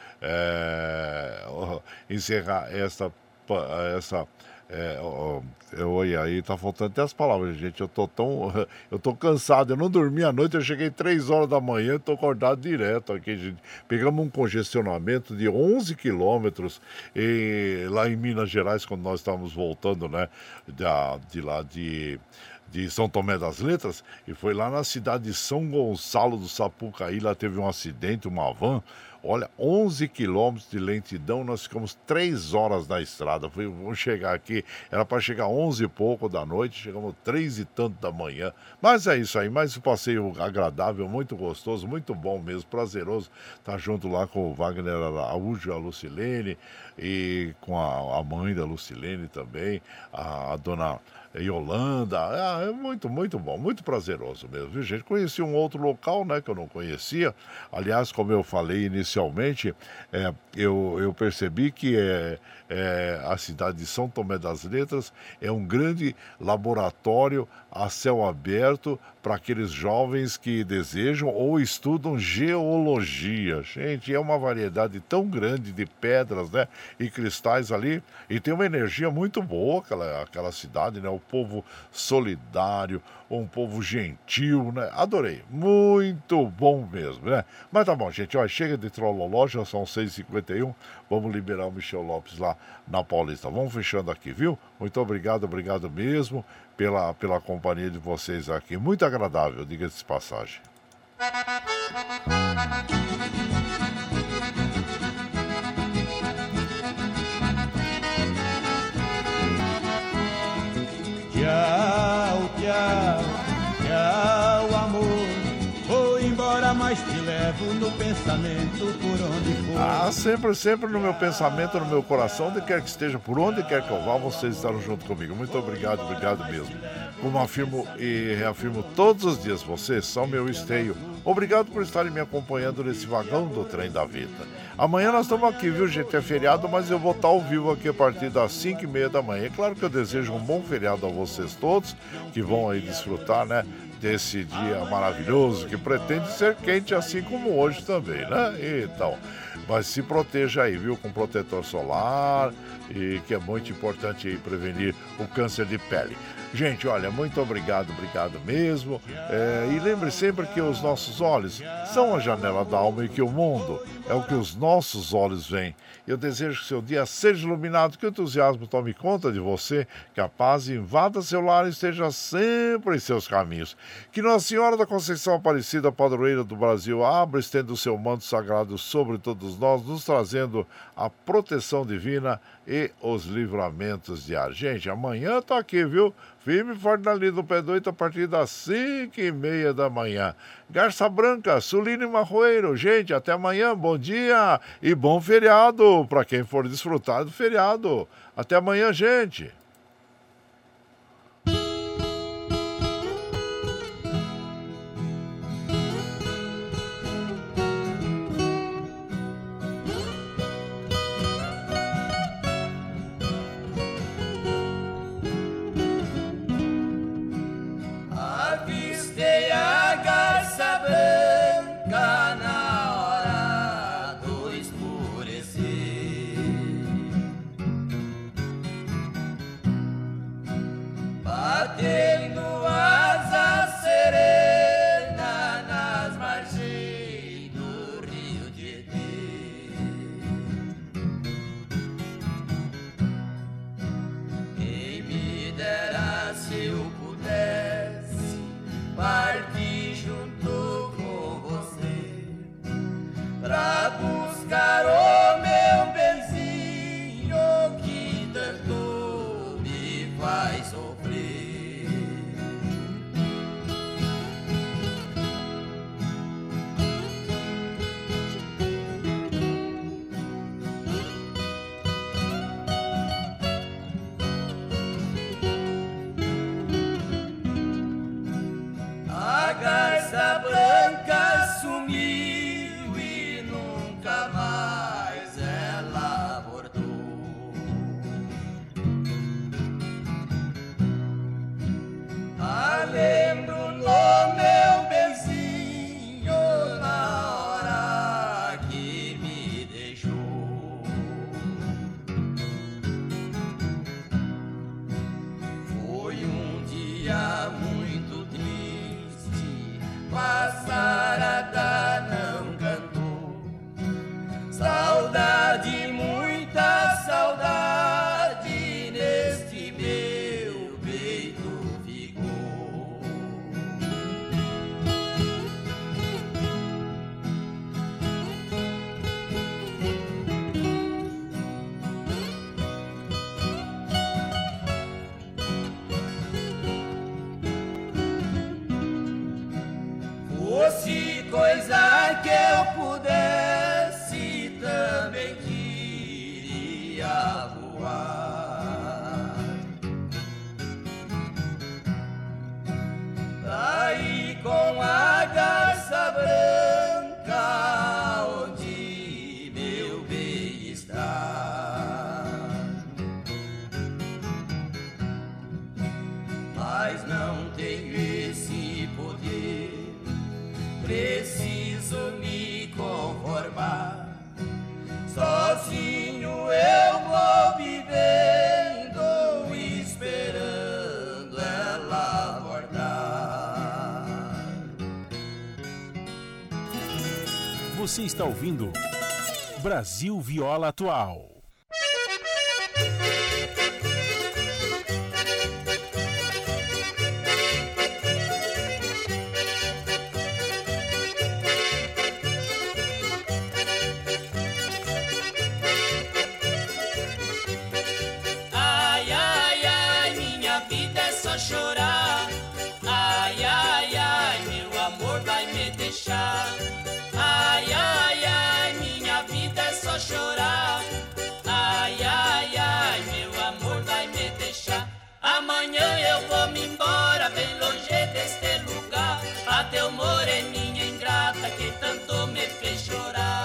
[SPEAKER 3] é, encerrar esta... essa É, ó, oi, aí tá faltando até as palavras, gente. Eu tô tão. Eu tô cansado, eu não dormi à noite, eu cheguei três horas da manhã e tô acordado direto aqui, gente. Pegamos um congestionamento de onze quilômetros e, lá em Minas Gerais, quando nós estávamos voltando, né? De, de lá de. de São Tomé das Letras, e foi lá na cidade de São Gonçalo do Sapucaí. Lá teve um acidente, uma van. Olha, onze quilômetros de lentidão, nós ficamos três horas na estrada. Foi, vamos chegar aqui, era para chegar onze e pouco da noite, chegamos três e tanto da manhã. Mas é isso aí, mais um passeio agradável, muito gostoso, muito bom mesmo, prazeroso estar junto lá com o Wagner Araújo, a Lucilene, e com a, a mãe da Lucilene também, a, a dona Yolanda. Ah, é muito, muito bom, muito prazeroso mesmo, viu, gente? Conheci um outro local, né, que eu não conhecia. Aliás, como eu falei inicialmente, é, eu, eu percebi que é, é, a cidade de São Tomé das Letras é um grande laboratório a céu aberto para aqueles jovens que desejam ou estudam geologia. Gente, é uma variedade tão grande de pedras, né, e cristais ali, e tem uma energia muito boa aquela, aquela cidade, né? O povo solidário, um povo gentil, né? Adorei, muito bom mesmo, né? Mas tá bom, gente, ó, chega de trololó, já são seis e cinquenta e um, vamos liberar o Michel Lopes lá na Paulista. Vamos fechando aqui, viu? Muito obrigado, obrigado mesmo pela, pela companhia de vocês aqui, muito agradável, diga-se de passagem.
[SPEAKER 7] Tchau, tchau, tchau, amor. Vou embora, mas te levo no pensamento por onde for.
[SPEAKER 3] Ah, sempre, sempre no meu pensamento, no meu coração, onde quer que esteja, por onde quer que eu vá, vocês estarão junto comigo. Muito obrigado, obrigado mesmo. Como afirmo e reafirmo todos os dias, vocês são meu esteio. Obrigado por estarem me acompanhando nesse vagão do trem da vida. Amanhã nós estamos aqui, viu, gente? É feriado, mas eu vou estar ao vivo aqui a partir das cinco e meia da manhã. É claro que eu desejo um bom feriado a vocês todos, que vão aí desfrutar, né, desse dia maravilhoso, que pretende ser quente assim como hoje também, né? Então, mas se proteja aí, viu, com protetor solar, e que é muito importante aí prevenir o câncer de pele. Gente, olha, muito obrigado, obrigado mesmo. É, e lembre sempre que os nossos olhos são a janela da alma e que o mundo é o que os nossos olhos veem. Eu desejo que seu dia seja iluminado, que o entusiasmo tome conta de você, que a paz invada seu lar e esteja sempre em seus caminhos. Que Nossa Senhora da Conceição Aparecida, padroeira do Brasil, abra e estenda o seu manto sagrado sobre todos nós, nos trazendo a proteção divina e os livramentos diários. Gente, amanhã tá aqui, viu? Firme e forte na linha do pé do oito a partir das cinco e meia da manhã. Garça Branca, Sulino e Marroeiro. Gente, até amanhã, bom dia e bom feriado para quem for desfrutar do feriado. Até amanhã, gente.
[SPEAKER 4] Avistei a garça branca na hora do escurecer. preciso me conformar. Sozinho eu vou vivendo, esperando ela voltar.
[SPEAKER 1] Você está ouvindo Brasil Viola Atual.
[SPEAKER 2] Chorar, ai, ai, ai, meu amor vai me deixar. Ai, ai, ai, minha vida é só chorar. Ai, ai, ai, meu amor vai me deixar. Amanhã eu vou me embora, bem longe deste lugar. Até o moreninha ingrata que tanto me fez chorar.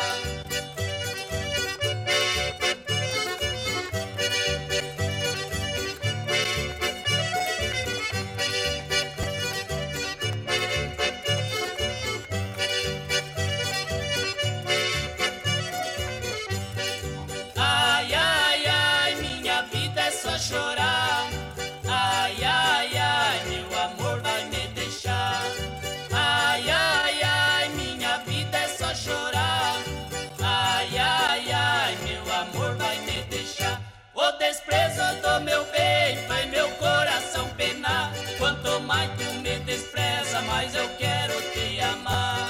[SPEAKER 2] Chorar, ai, ai, ai, meu amor vai me deixar. Ai, ai, ai, minha vida é só chorar. Ai, ai, ai, meu amor vai me deixar. O desprezo do meu bem faz meu coração penar. Quanto mais tu me despreza, mais eu quero te amar.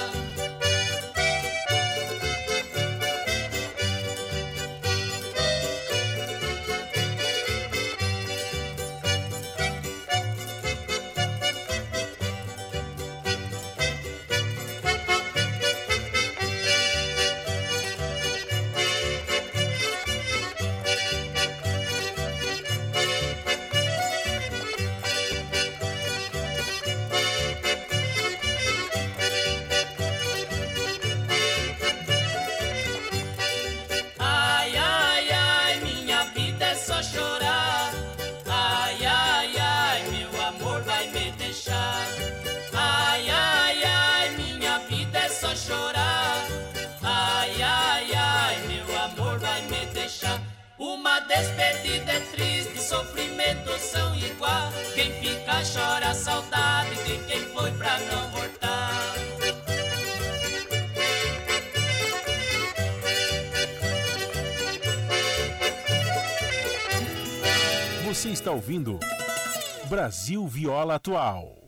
[SPEAKER 2] Chorar, ai, ai, ai, meu amor vai me deixar. Uma despedida é triste, sofrimentos são igual. Quem fica chora a saudade de quem foi pra não voltar.
[SPEAKER 1] Você está ouvindo Brasil Viola Atual.